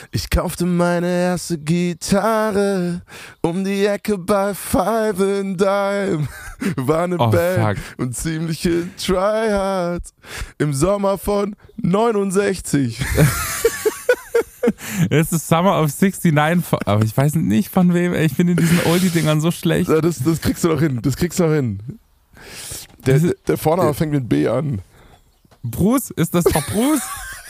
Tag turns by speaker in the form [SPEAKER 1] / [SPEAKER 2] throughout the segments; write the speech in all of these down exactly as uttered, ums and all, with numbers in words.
[SPEAKER 1] Ich kaufte meine erste Gitarre um die Ecke bei Five and Dime. War eine
[SPEAKER 2] Oh,
[SPEAKER 1] Band
[SPEAKER 2] fuck.
[SPEAKER 1] und ziemliche Tryhard im Sommer von neunundsechzig.
[SPEAKER 2] Es ist Summer of sixty-nine, von- aber ich weiß nicht von wem, ey, ich bin in diesen Oldie-Dingern so schlecht.
[SPEAKER 1] Ja, Das, das kriegst du doch hin, das kriegst du doch hin. Der,
[SPEAKER 2] Diese-
[SPEAKER 1] der Vorname fängt mit B an.
[SPEAKER 2] Bruce? Ist das doch Bruce?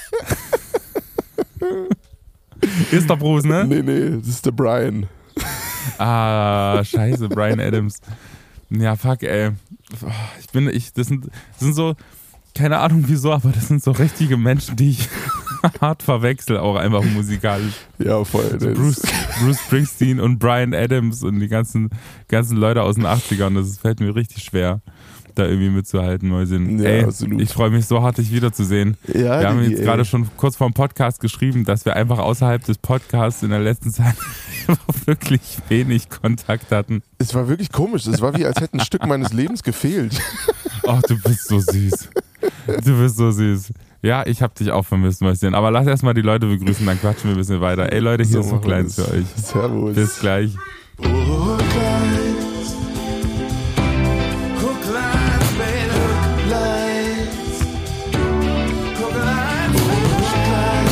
[SPEAKER 2] Ist doch Bruce, ne?
[SPEAKER 1] Nee, nee, das ist der Brian.
[SPEAKER 2] Ah, scheiße, Bryan Adams. Ja, fuck, ey. Ich bin, ich, das sind, das sind so, keine Ahnung wieso, aber das sind so richtige Menschen, die ich hart verwechsel, auch einfach musikalisch.
[SPEAKER 1] Ja, voll.
[SPEAKER 2] So
[SPEAKER 1] das-
[SPEAKER 2] Bruce, Bruce Springsteen und Bryan Adams und die ganzen, ganzen Leute aus den achtzigern, das fällt mir richtig schwer, da irgendwie mitzuhalten, Mäuschen.
[SPEAKER 1] Ja,
[SPEAKER 2] Ey,
[SPEAKER 1] absolut.
[SPEAKER 2] ich freue mich so hart, dich wiederzusehen.
[SPEAKER 1] Ja,
[SPEAKER 2] Wir haben
[SPEAKER 1] Digi,
[SPEAKER 2] jetzt
[SPEAKER 1] ey.
[SPEAKER 2] gerade schon kurz vor dem Podcast geschrieben, dass wir einfach außerhalb des Podcasts in der letzten Zeit wirklich wenig Kontakt hatten.
[SPEAKER 1] Es war wirklich komisch. Es war wie, als hätte ein Stück meines Lebens gefehlt.
[SPEAKER 2] Ach, du bist so süß. Du bist so süß. Ja, ich hab dich auch vermisst, Mäuschen. Aber lass erstmal die Leute begrüßen, dann quatschen wir ein bisschen weiter. Ey Leute, hier
[SPEAKER 1] So
[SPEAKER 2] ist so
[SPEAKER 1] machen
[SPEAKER 2] kleines
[SPEAKER 1] wir's.
[SPEAKER 2] für euch.
[SPEAKER 1] Servus.
[SPEAKER 2] Bis gleich.
[SPEAKER 1] Oh, klein. Hook, line, baby, hook, lines. Hook, line, baby, hook, lines.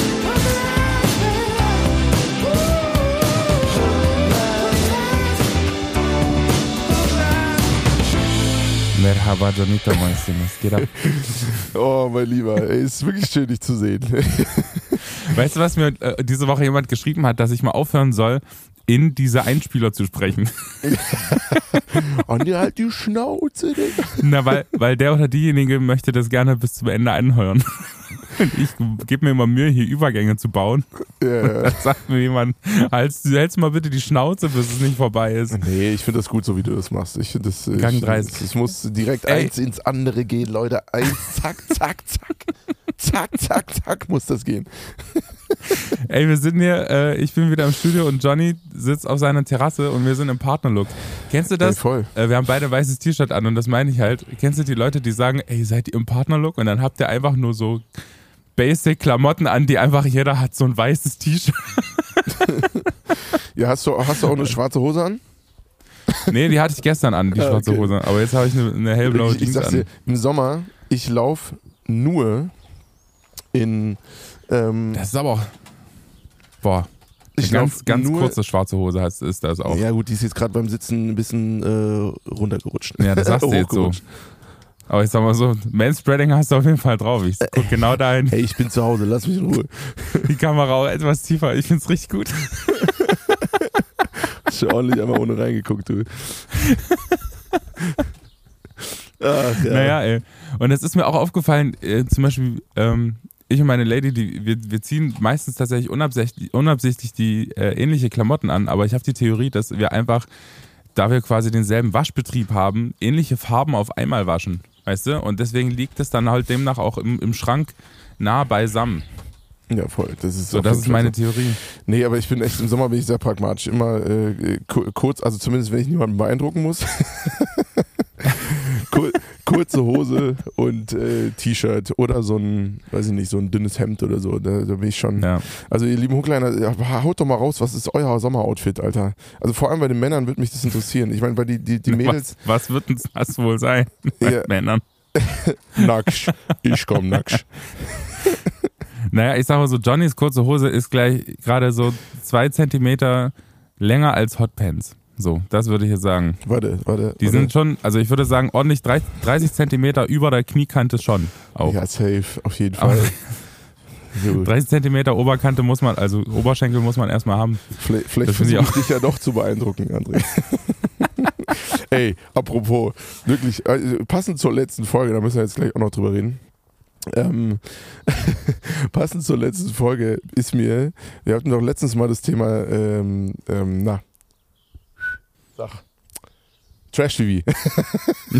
[SPEAKER 2] Merhaba, Janita, Mäuschen. Was geht ab?
[SPEAKER 1] Oh, mein Lieber, ey, es ist wirklich schön, dich zu sehen.
[SPEAKER 2] Weißt du, was mir äh, diese Woche jemand geschrieben hat, dass ich mal aufhören soll, in diese Einspieler zu sprechen?
[SPEAKER 1] Und dir halt die Schnauze, Digga.
[SPEAKER 2] Na, weil, weil der oder diejenige möchte das gerne bis zum Ende anhören. Und ich gebe mir immer Mühe, hier Übergänge zu bauen.
[SPEAKER 1] Ja.
[SPEAKER 2] Da sagt mir jemand, hältst, hältst mal bitte die Schnauze, bis es nicht vorbei ist.
[SPEAKER 1] Nee, ich finde das gut, so wie du das machst. Ich finde das. äh,
[SPEAKER 2] Gang
[SPEAKER 1] ich,
[SPEAKER 2] dreißig.
[SPEAKER 1] Es muss direkt
[SPEAKER 2] Ey.
[SPEAKER 1] eins ins andere gehen, Leute. Eins, zack, zack, zack. Zack, zack, zack, muss das gehen.
[SPEAKER 2] Ey, wir sind hier, äh, ich bin wieder im Studio und Johnny sitzt auf seiner Terrasse und wir sind im Partnerlook. Kennst du das?
[SPEAKER 1] Ey, voll.
[SPEAKER 2] Äh, wir haben beide ein weißes T-Shirt an und das meine ich halt. Kennst du die Leute, die sagen, ey, seid ihr im Partnerlook? Und dann habt ihr einfach nur so Basic-Klamotten an, die einfach jeder hat so ein weißes T-Shirt.
[SPEAKER 1] Ja, hast du, hast du auch eine schwarze Hose an?
[SPEAKER 2] Nee, die hatte ich gestern an, die
[SPEAKER 1] Ah,
[SPEAKER 2] schwarze
[SPEAKER 1] okay.
[SPEAKER 2] Hose. Aber jetzt habe ich eine, eine hellblaue
[SPEAKER 1] ich, ich
[SPEAKER 2] Jeans
[SPEAKER 1] sag's dir,
[SPEAKER 2] an.
[SPEAKER 1] im Sommer, ich laufe nur in. Ähm,
[SPEAKER 2] Das ist aber auch, boah,
[SPEAKER 1] ich
[SPEAKER 2] eine ganz,
[SPEAKER 1] lauf
[SPEAKER 2] ganz
[SPEAKER 1] nur,
[SPEAKER 2] kurze schwarze Hose heißt, ist das auch.
[SPEAKER 1] Ja, gut, die ist jetzt gerade beim Sitzen ein bisschen äh, runtergerutscht.
[SPEAKER 2] Ja, das sagst du jetzt so.
[SPEAKER 1] Hochgerutscht.
[SPEAKER 2] Aber ich sag mal so, Manspreading hast du auf jeden Fall drauf. Ich guck genau dahin.
[SPEAKER 1] Hey, ich bin zu Hause, lass mich in Ruhe.
[SPEAKER 2] Die Kamera auch etwas tiefer. Ich find's richtig gut.
[SPEAKER 1] Hast schon ordentlich einmal ohne reingeguckt, du. Ach, ja.
[SPEAKER 2] Naja, ey. Und es ist mir auch aufgefallen, äh, zum Beispiel, ähm, ich und meine Lady, die, wir, wir ziehen meistens tatsächlich unabsichtlich, unabsichtlich die äh, ähnliche Klamotten an, aber ich habe die Theorie, dass wir einfach, da wir quasi denselben Waschbetrieb haben, ähnliche Farben auf einmal waschen, weißt du? Und deswegen liegt es dann halt demnach auch im, im Schrank nah beisammen.
[SPEAKER 1] Ja, voll. Das ist,
[SPEAKER 2] So,
[SPEAKER 1] auf
[SPEAKER 2] das
[SPEAKER 1] jeden
[SPEAKER 2] ist meine
[SPEAKER 1] Fall so.
[SPEAKER 2] Theorie.
[SPEAKER 1] Nee, aber ich bin echt, im Sommer bin ich sehr pragmatisch. Immer äh, ku- kurz, also zumindest wenn ich niemanden beeindrucken muss. Kur kurze Hose und äh, T-Shirt oder so ein, weiß ich nicht, so ein dünnes Hemd oder so. Da, da bin ich schon.
[SPEAKER 2] Ja.
[SPEAKER 1] Also ihr lieben Hookliner, ja, haut doch mal raus, was ist euer Sommeroutfit, Alter? Also vor allem bei den Männern würde mich das interessieren. Ich meine, weil die, die, die Mädels,
[SPEAKER 2] Was, was wird denn das wohl sein bei
[SPEAKER 1] Ja.
[SPEAKER 2] Männern?
[SPEAKER 1] nackt, ich komm nackt.
[SPEAKER 2] Naja, ich sag mal so, Johnnys kurze Hose ist gleich gerade so zwei Zentimeter länger als Hotpants. So, das würde ich jetzt sagen.
[SPEAKER 1] Warte, warte.
[SPEAKER 2] Die
[SPEAKER 1] warte.
[SPEAKER 2] sind schon, also ich würde sagen, ordentlich dreißig Zentimeter über der Kniekante schon. Auch.
[SPEAKER 1] Ja, safe, auf jeden Fall. So,
[SPEAKER 2] dreißig Zentimeter Oberkante muss man, also Oberschenkel muss man erstmal haben.
[SPEAKER 1] vielleicht vielleicht
[SPEAKER 2] das finde
[SPEAKER 1] versuche
[SPEAKER 2] ich
[SPEAKER 1] ich dich ja doch zu beeindrucken, André. Ey, apropos, wirklich, also, passend zur letzten Folge, da müssen wir jetzt gleich auch noch drüber reden. Ähm, passend zur letzten Folge ist mir, wir hatten doch letztens mal das Thema, ähm, ähm, na, sag, Trash-T V.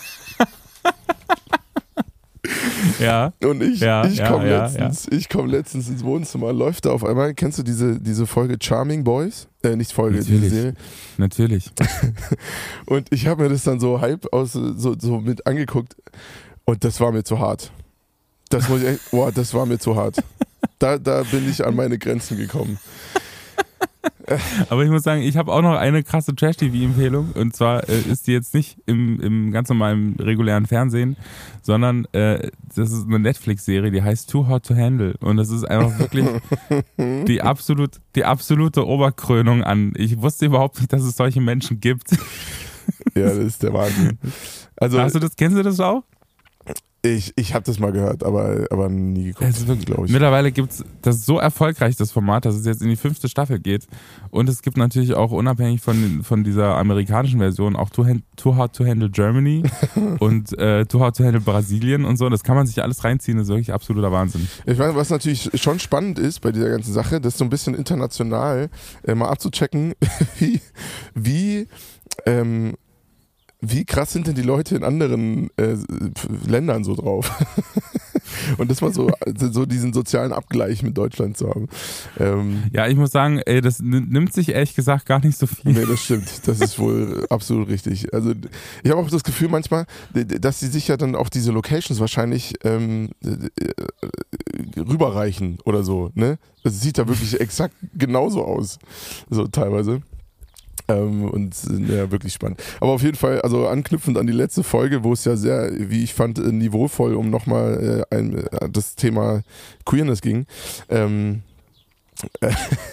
[SPEAKER 2] Ja.
[SPEAKER 1] Und ich,
[SPEAKER 2] Ja,
[SPEAKER 1] ich
[SPEAKER 2] ja,
[SPEAKER 1] komme
[SPEAKER 2] ja,
[SPEAKER 1] letztens, ich komm letztens ins Wohnzimmer, läuft da auf einmal, kennst du diese, diese Folge Charming Boys? Äh, nicht Folge, diese
[SPEAKER 2] Natürlich.
[SPEAKER 1] Serie.
[SPEAKER 2] Natürlich.
[SPEAKER 1] Und ich habe mir das dann so halb aus, so, so mit angeguckt und das war mir zu hart. Das muss ich echt, boah, das war mir zu hart. da, da bin ich an meine Grenzen gekommen.
[SPEAKER 2] Aber ich muss sagen, ich habe auch noch eine krasse Trash-T V-Empfehlung. Und zwar äh, ist die jetzt nicht im, im ganz normalen regulären Fernsehen, sondern äh, das ist eine Netflix-Serie, die heißt Too Hot to Handle. Und das ist einfach wirklich die, absolut, die absolute Oberkrönung an. Ich wusste überhaupt nicht, dass es solche Menschen gibt.
[SPEAKER 1] Ja, das ist der Wahnsinn. Also,
[SPEAKER 2] Hast du das, kennst du das auch?
[SPEAKER 1] Ich, ich habe das mal gehört, aber, aber nie geguckt, glaube ich.
[SPEAKER 2] Mittlerweile gibt es, das ist so erfolgreich, das Format, dass es jetzt in die fünfte Staffel geht. Und es gibt natürlich auch unabhängig von, von dieser amerikanischen Version auch Too, Too Hot to Handle Germany und äh, Too Hot to Handle Brasilien und so. Das kann man sich alles reinziehen, das ist wirklich absoluter Wahnsinn.
[SPEAKER 1] Ich meine, was natürlich schon spannend ist bei dieser ganzen Sache, das so ein bisschen international äh, mal abzuchecken, wie, wie ähm, Wie krass sind denn die Leute in anderen äh, Ländern so drauf? Und das mal so, so diesen sozialen Abgleich mit Deutschland zu haben. Ähm,
[SPEAKER 2] ja, ich muss sagen, ey, das nimmt sich ehrlich gesagt gar nicht so viel.
[SPEAKER 1] Nee, das stimmt. Das ist wohl absolut richtig. Also ich habe auch das Gefühl manchmal, dass sie sich ja dann auch diese Locations wahrscheinlich ähm, rüberreichen oder so. Ne? Das sieht da wirklich exakt genauso aus. So teilweise. Ähm, und ja, wirklich spannend. Aber auf jeden Fall, also anknüpfend an die letzte Folge, wo es ja sehr, wie ich fand, niveauvoll um nochmal äh, ein, äh, das Thema Queerness ging. Ähm, äh,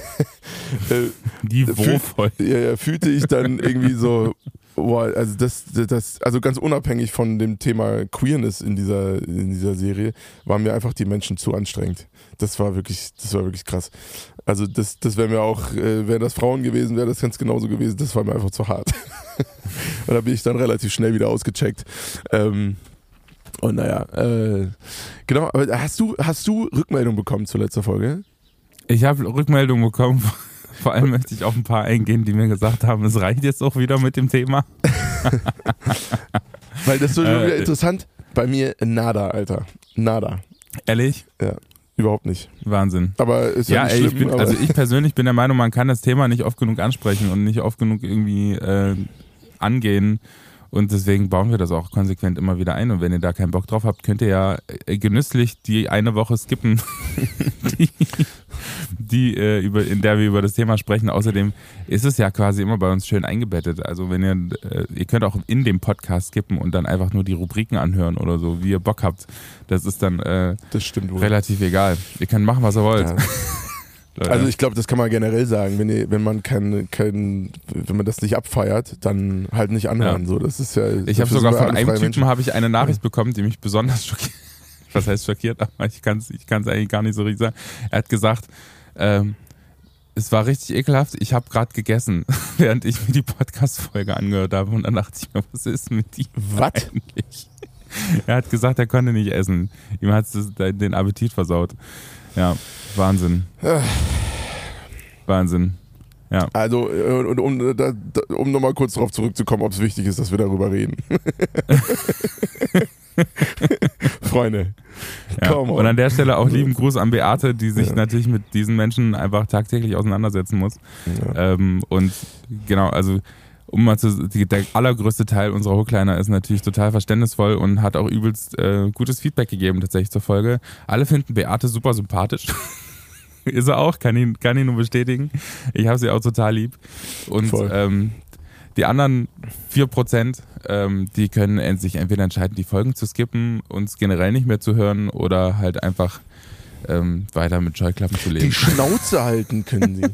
[SPEAKER 2] niveauvoll.
[SPEAKER 1] Fühl, ja, ja, fühlte ich dann irgendwie so, boah, also das, das, also ganz unabhängig von dem Thema Queerness in dieser, in dieser Serie, waren mir einfach die Menschen zu anstrengend. Das war wirklich, das war wirklich krass. Also das, das wäre mir auch, äh, wären das Frauen gewesen, wäre das ganz genauso gewesen. Das war mir einfach zu hart. Und da bin ich dann relativ schnell wieder ausgecheckt. Ähm, und naja, äh, genau, aber hast du, hast du Rückmeldung bekommen zur letzten Folge?
[SPEAKER 2] Ich habe Rückmeldung bekommen. Vor allem möchte ich auf ein paar eingehen, die mir gesagt haben, es reicht jetzt auch wieder mit dem Thema.
[SPEAKER 1] Weil das ist so äh, wieder interessant. Bei mir nada, Alter. Nada.
[SPEAKER 2] Ehrlich?
[SPEAKER 1] Ja. Überhaupt nicht.
[SPEAKER 2] Wahnsinn.
[SPEAKER 1] Aber ist ja, ja nicht
[SPEAKER 2] ey,
[SPEAKER 1] schlimm.
[SPEAKER 2] Ich bin,
[SPEAKER 1] aber
[SPEAKER 2] also ich persönlich bin der Meinung, man kann das Thema nicht oft genug ansprechen und nicht oft genug irgendwie äh, angehen. Und deswegen bauen wir das auch konsequent immer wieder ein. Und wenn ihr da keinen Bock drauf habt, könnt ihr ja genüsslich die eine Woche skippen, die, die äh, über, in der wir über das Thema sprechen. Außerdem ist es ja quasi immer bei uns schön eingebettet. Also wenn ihr, äh, ihr könnt auch in dem Podcast skippen und dann einfach nur die Rubriken anhören oder so, wie ihr Bock habt. Das ist dann äh,
[SPEAKER 1] das stimmt wohl.
[SPEAKER 2] Relativ egal. Ihr könnt machen, was ihr wollt.
[SPEAKER 1] Ja. Also ich glaube, das kann man generell sagen, wenn, ihr, wenn man kein, kein, wenn man das nicht abfeiert, dann halt nicht anhören. Ja. So, das ist ja.
[SPEAKER 2] Ich habe sogar von einem Typen habe ich eine Nachricht ja. bekommen, die mich besonders schockiert. Was heißt schockiert? Aber ich kann es ich kann's eigentlich gar nicht so richtig sagen. Er hat gesagt, ähm, es war richtig ekelhaft. Ich habe gerade gegessen, während ich mir die Podcast-Folge angehört habe. Und dann dachte ich mir, was ist mit ihm
[SPEAKER 1] was?
[SPEAKER 2] eigentlich? Er hat gesagt, er konnte nicht essen. Ihm hat es den Appetit versaut. Ja, Wahnsinn. Wahnsinn. Ja.
[SPEAKER 1] Also, um, um, um nochmal kurz darauf zurückzukommen, ob es wichtig ist, dass wir darüber reden. Freunde.
[SPEAKER 2] Ja. Und an der Stelle auch lieben Gruß an Beate, die sich ja. natürlich mit diesen Menschen einfach tagtäglich auseinandersetzen muss. Ja. Ähm, und genau, also um mal zu, die, der allergrößte Teil unserer Hookliner ist natürlich total verständnisvoll und hat auch übelst äh, gutes Feedback gegeben tatsächlich zur Folge. Alle finden Beate super sympathisch. Ist er auch, kann ihn, kann ihn nur bestätigen. Ich habe sie auch total lieb. Und ähm, die anderen vier Prozent, ähm, die können sich entweder entscheiden, die Folgen zu skippen, uns generell nicht mehr zu hören oder halt einfach ähm, weiter mit Scheuklappen zu leben.
[SPEAKER 1] Die Schnauze halten können sie.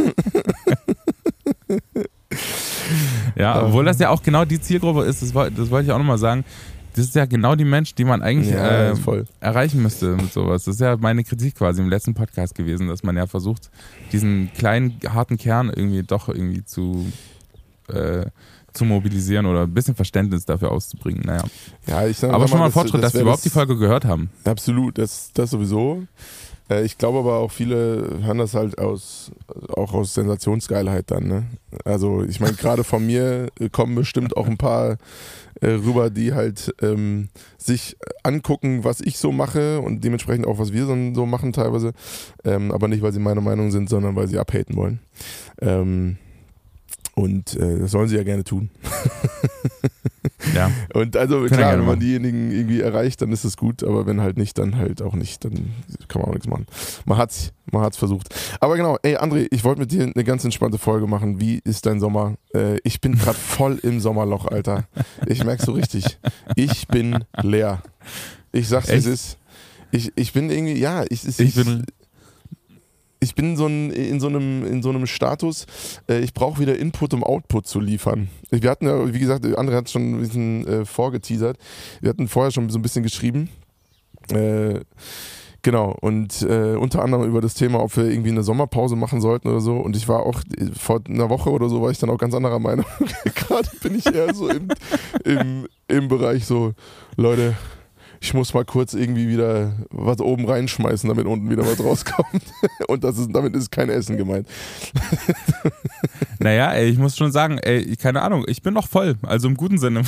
[SPEAKER 2] Ja, obwohl das ja auch genau die Zielgruppe ist, das, das wollte ich auch nochmal sagen. Das ist ja genau die Menschen, die man eigentlich
[SPEAKER 1] ja,
[SPEAKER 2] äh, erreichen müsste mit sowas. Das ist ja meine Kritik quasi im letzten Podcast gewesen, dass man ja versucht, diesen kleinen, harten Kern irgendwie doch irgendwie zu, äh, zu mobilisieren oder ein bisschen Verständnis dafür auszubringen. Naja.
[SPEAKER 1] Ja, ich sag,
[SPEAKER 2] aber
[SPEAKER 1] sag
[SPEAKER 2] schon mal
[SPEAKER 1] ein
[SPEAKER 2] Fortschritt, das, dass wir überhaupt das, die Folge gehört haben.
[SPEAKER 1] Absolut, das, das sowieso. Ich glaube aber auch viele hören das halt aus, auch aus Sensationsgeilheit dann. Ne? Also ich meine, gerade von mir kommen bestimmt auch ein paar äh, rüber, die halt ähm, sich angucken, was ich so mache und dementsprechend auch, was wir so, so machen teilweise. Ähm, aber nicht, weil sie meiner Meinung sind, sondern weil sie abhaten wollen. Ähm, Und äh, das sollen sie ja gerne tun.
[SPEAKER 2] Ja.
[SPEAKER 1] Und also
[SPEAKER 2] Können
[SPEAKER 1] klar, wenn man
[SPEAKER 2] machen.
[SPEAKER 1] diejenigen irgendwie erreicht, dann ist es gut, aber wenn halt nicht, dann halt auch nicht, dann kann man auch nichts machen. Man hat's, man hat's versucht. Aber genau, ey André, ich wollte mit dir eine ganz entspannte Folge machen. Wie ist dein Sommer? Äh, ich bin gerade voll im Sommerloch, Alter. Ich merk's so richtig. Ich bin leer. Ich sag's, wie es ist. Ich, ich bin irgendwie, ja, ich, ich,
[SPEAKER 2] Ich bin...
[SPEAKER 1] ich bin so ein, in, so einem, in so einem Status, äh, ich brauche wieder Input, um Output zu liefern. Wir hatten ja, wie gesagt, André hat schon ein bisschen äh, vorgeteasert. Wir hatten vorher schon so ein bisschen geschrieben. Äh, genau, und äh, unter anderem über das Thema, ob wir irgendwie eine Sommerpause machen sollten oder so. Und ich war auch, vor einer Woche oder so, war ich dann auch ganz anderer Meinung. Gerade bin ich eher so im, im, im Bereich so, Leute, ich muss mal kurz irgendwie wieder was oben reinschmeißen, damit unten wieder was rauskommt. Und das ist, damit ist kein Essen gemeint.
[SPEAKER 2] Naja, ey, ich muss schon sagen, ey, keine Ahnung, ich bin noch voll, also im guten Sinne.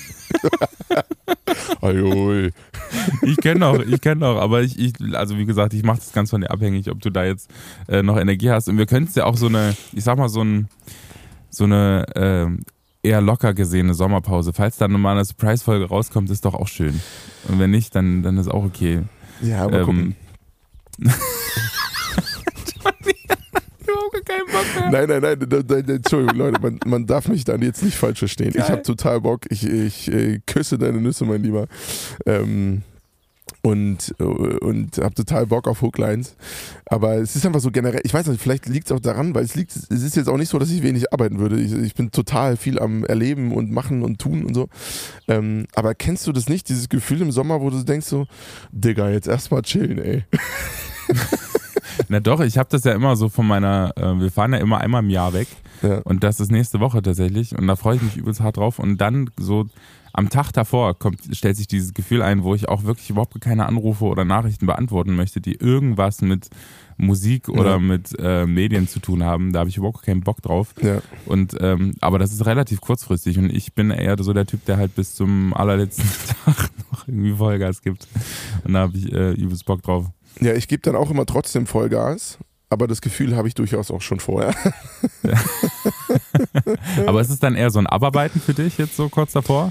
[SPEAKER 1] Ajoi.
[SPEAKER 2] Ich kenne noch, ich kenne noch, aber ich, ich, also wie gesagt, ich mache das ganz von dir abhängig, ob du da jetzt äh, noch Energie hast. Und wir können es ja auch so eine, ich sag mal so ein, so eine äh, eher locker gesehene Sommerpause. Falls dann nochmal eine Surprise-Folge rauskommt, ist doch auch schön. Und wenn nicht, dann, dann ist auch okay.
[SPEAKER 1] Ja, aber
[SPEAKER 2] ähm,
[SPEAKER 1] gucken.
[SPEAKER 2] Keinen Bock mehr.
[SPEAKER 1] Nein, nein, nein, nein, nein, nein, Entschuldigung, Leute, man, man darf mich dann jetzt nicht falsch verstehen.
[SPEAKER 2] Geil.
[SPEAKER 1] Ich habe total Bock, ich, ich äh, küsse deine Nüsse, mein Lieber. Ähm, und und habe total Bock auf Hooklines. Aber es ist einfach so generell, ich weiß nicht, vielleicht liegt es auch daran, weil es liegt, es ist jetzt auch nicht so, dass ich wenig arbeiten würde. Ich, ich bin total viel am Erleben und Machen und Tun und so. Ähm, aber kennst du das nicht, dieses Gefühl im Sommer, wo du denkst so, Digga, jetzt erstmal chillen, ey.
[SPEAKER 2] Na doch, ich habe das ja immer so von meiner, äh, wir fahren ja immer einmal im Jahr weg
[SPEAKER 1] Ja.
[SPEAKER 2] und das ist nächste Woche tatsächlich und da freue ich mich übelst hart drauf und dann so am Tag davor kommt, stellt sich dieses Gefühl ein, wo ich auch wirklich überhaupt keine Anrufe oder Nachrichten beantworten möchte, die irgendwas mit Musik oder
[SPEAKER 1] Ja.
[SPEAKER 2] mit äh, Medien zu tun haben. Da habe ich überhaupt keinen Bock drauf.
[SPEAKER 1] Ja.
[SPEAKER 2] Und ähm, aber das ist relativ kurzfristig und ich bin eher so der Typ, der halt bis zum allerletzten Tag noch irgendwie Vollgas gibt. Und da habe ich äh, übelst Bock drauf.
[SPEAKER 1] Ja, ich gebe dann auch immer trotzdem Vollgas, aber das Gefühl habe ich durchaus auch schon vorher.
[SPEAKER 2] Aber ist es dann eher so ein Abarbeiten für dich jetzt so kurz davor?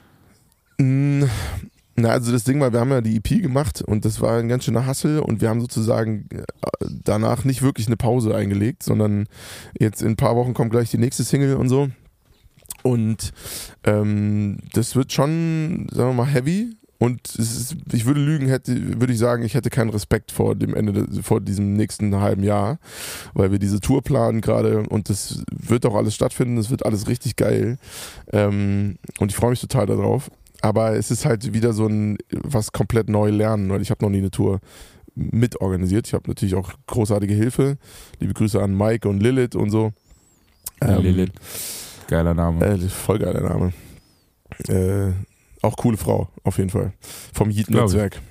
[SPEAKER 1] Mm, Na, also das Ding war, wir haben ja die E P gemacht und das war ein ganz schöner Hassel und wir haben sozusagen äh, danach nicht wirklich eine Pause eingelegt, sondern jetzt in ein paar Wochen kommt gleich die nächste Single und so. Und ähm, das wird schon, sagen wir mal, heavy. Und es ist, ich würde lügen, hätte, würde ich sagen, ich hätte keinen Respekt vor dem Ende, vor diesem nächsten halben Jahr, weil wir diese Tour planen gerade und das wird auch alles stattfinden, es wird alles richtig geil. Ähm, und ich freue mich total darauf. Aber es ist halt wieder so ein, was komplett neu lernen, weil ich habe noch nie eine Tour mitorganisiert. Ich habe natürlich auch großartige Hilfe. Liebe Grüße an Mike und Lilith und so.
[SPEAKER 2] Ja,
[SPEAKER 1] Ähm,
[SPEAKER 2] Lilith. Geiler Name.
[SPEAKER 1] Äh, voll geiler Name. Äh, Auch coole Frau, auf jeden Fall. Vom Yeet-Netzwerk.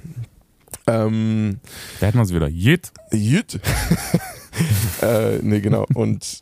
[SPEAKER 1] Ähm,
[SPEAKER 2] Da hätten wir es wieder. Jit.
[SPEAKER 1] Yeet. äh, nee, genau. Und,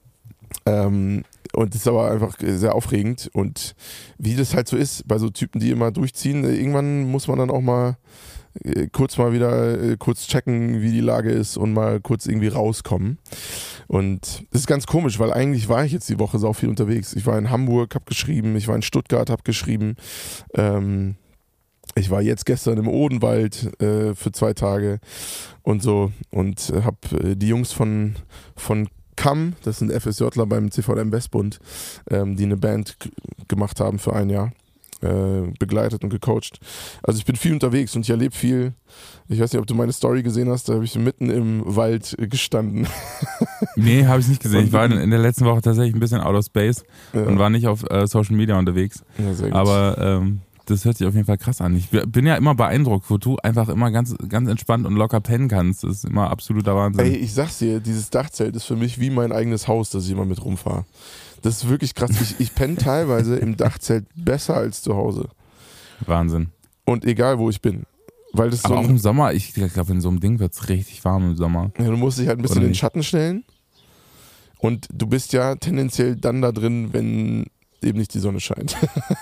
[SPEAKER 1] ähm, und das ist aber einfach sehr aufregend. Und wie das halt so ist, bei so Typen, die immer durchziehen, irgendwann muss man dann auch mal äh, kurz mal wieder äh, kurz checken, wie die Lage ist und mal kurz irgendwie rauskommen. Und das ist ganz komisch, weil eigentlich war ich jetzt die Woche sau viel unterwegs. Ich war in Hamburg, hab geschrieben, ich war in Stuttgart, hab geschrieben. Ähm, ich war jetzt gestern im Odenwald äh, für zwei Tage und so und äh, hab äh, die Jungs von, von C A M, das sind FSJler beim C V M Westbund, ähm, die eine Band g- gemacht haben für ein Jahr, äh, begleitet und gecoacht. Also ich bin viel unterwegs und ich erlebe viel. Ich weiß nicht, ob du meine Story gesehen hast, da habe ich mitten im Wald gestanden.
[SPEAKER 2] Nee, habe ich nicht gesehen. Ich war in, in der letzten Woche tatsächlich ein bisschen out of space
[SPEAKER 1] Ja.
[SPEAKER 2] und war nicht auf äh, Social Media unterwegs.
[SPEAKER 1] Ja, sehr gut.
[SPEAKER 2] Aber ähm, das hört sich auf jeden Fall krass an. Ich bin ja immer beeindruckt, wo du einfach immer ganz, ganz entspannt und locker pennen kannst. Das ist immer absoluter Wahnsinn.
[SPEAKER 1] Ey, ich sag's dir, dieses Dachzelt ist für mich wie mein eigenes Haus, das ich immer mit rumfahre. Das ist wirklich krass. Ich, ich penne teilweise im Dachzelt besser als zu Hause.
[SPEAKER 2] Wahnsinn.
[SPEAKER 1] Und egal, wo ich bin. Weil das so
[SPEAKER 2] Aber auch
[SPEAKER 1] ein,
[SPEAKER 2] im Sommer, ich glaube, in so einem Ding wird es richtig warm im Sommer.
[SPEAKER 1] ja, du musst dich halt ein bisschen
[SPEAKER 2] Oder
[SPEAKER 1] in den
[SPEAKER 2] nicht?
[SPEAKER 1] Schatten stellen. Und du bist ja tendenziell dann da drin, wenn eben nicht die Sonne scheint.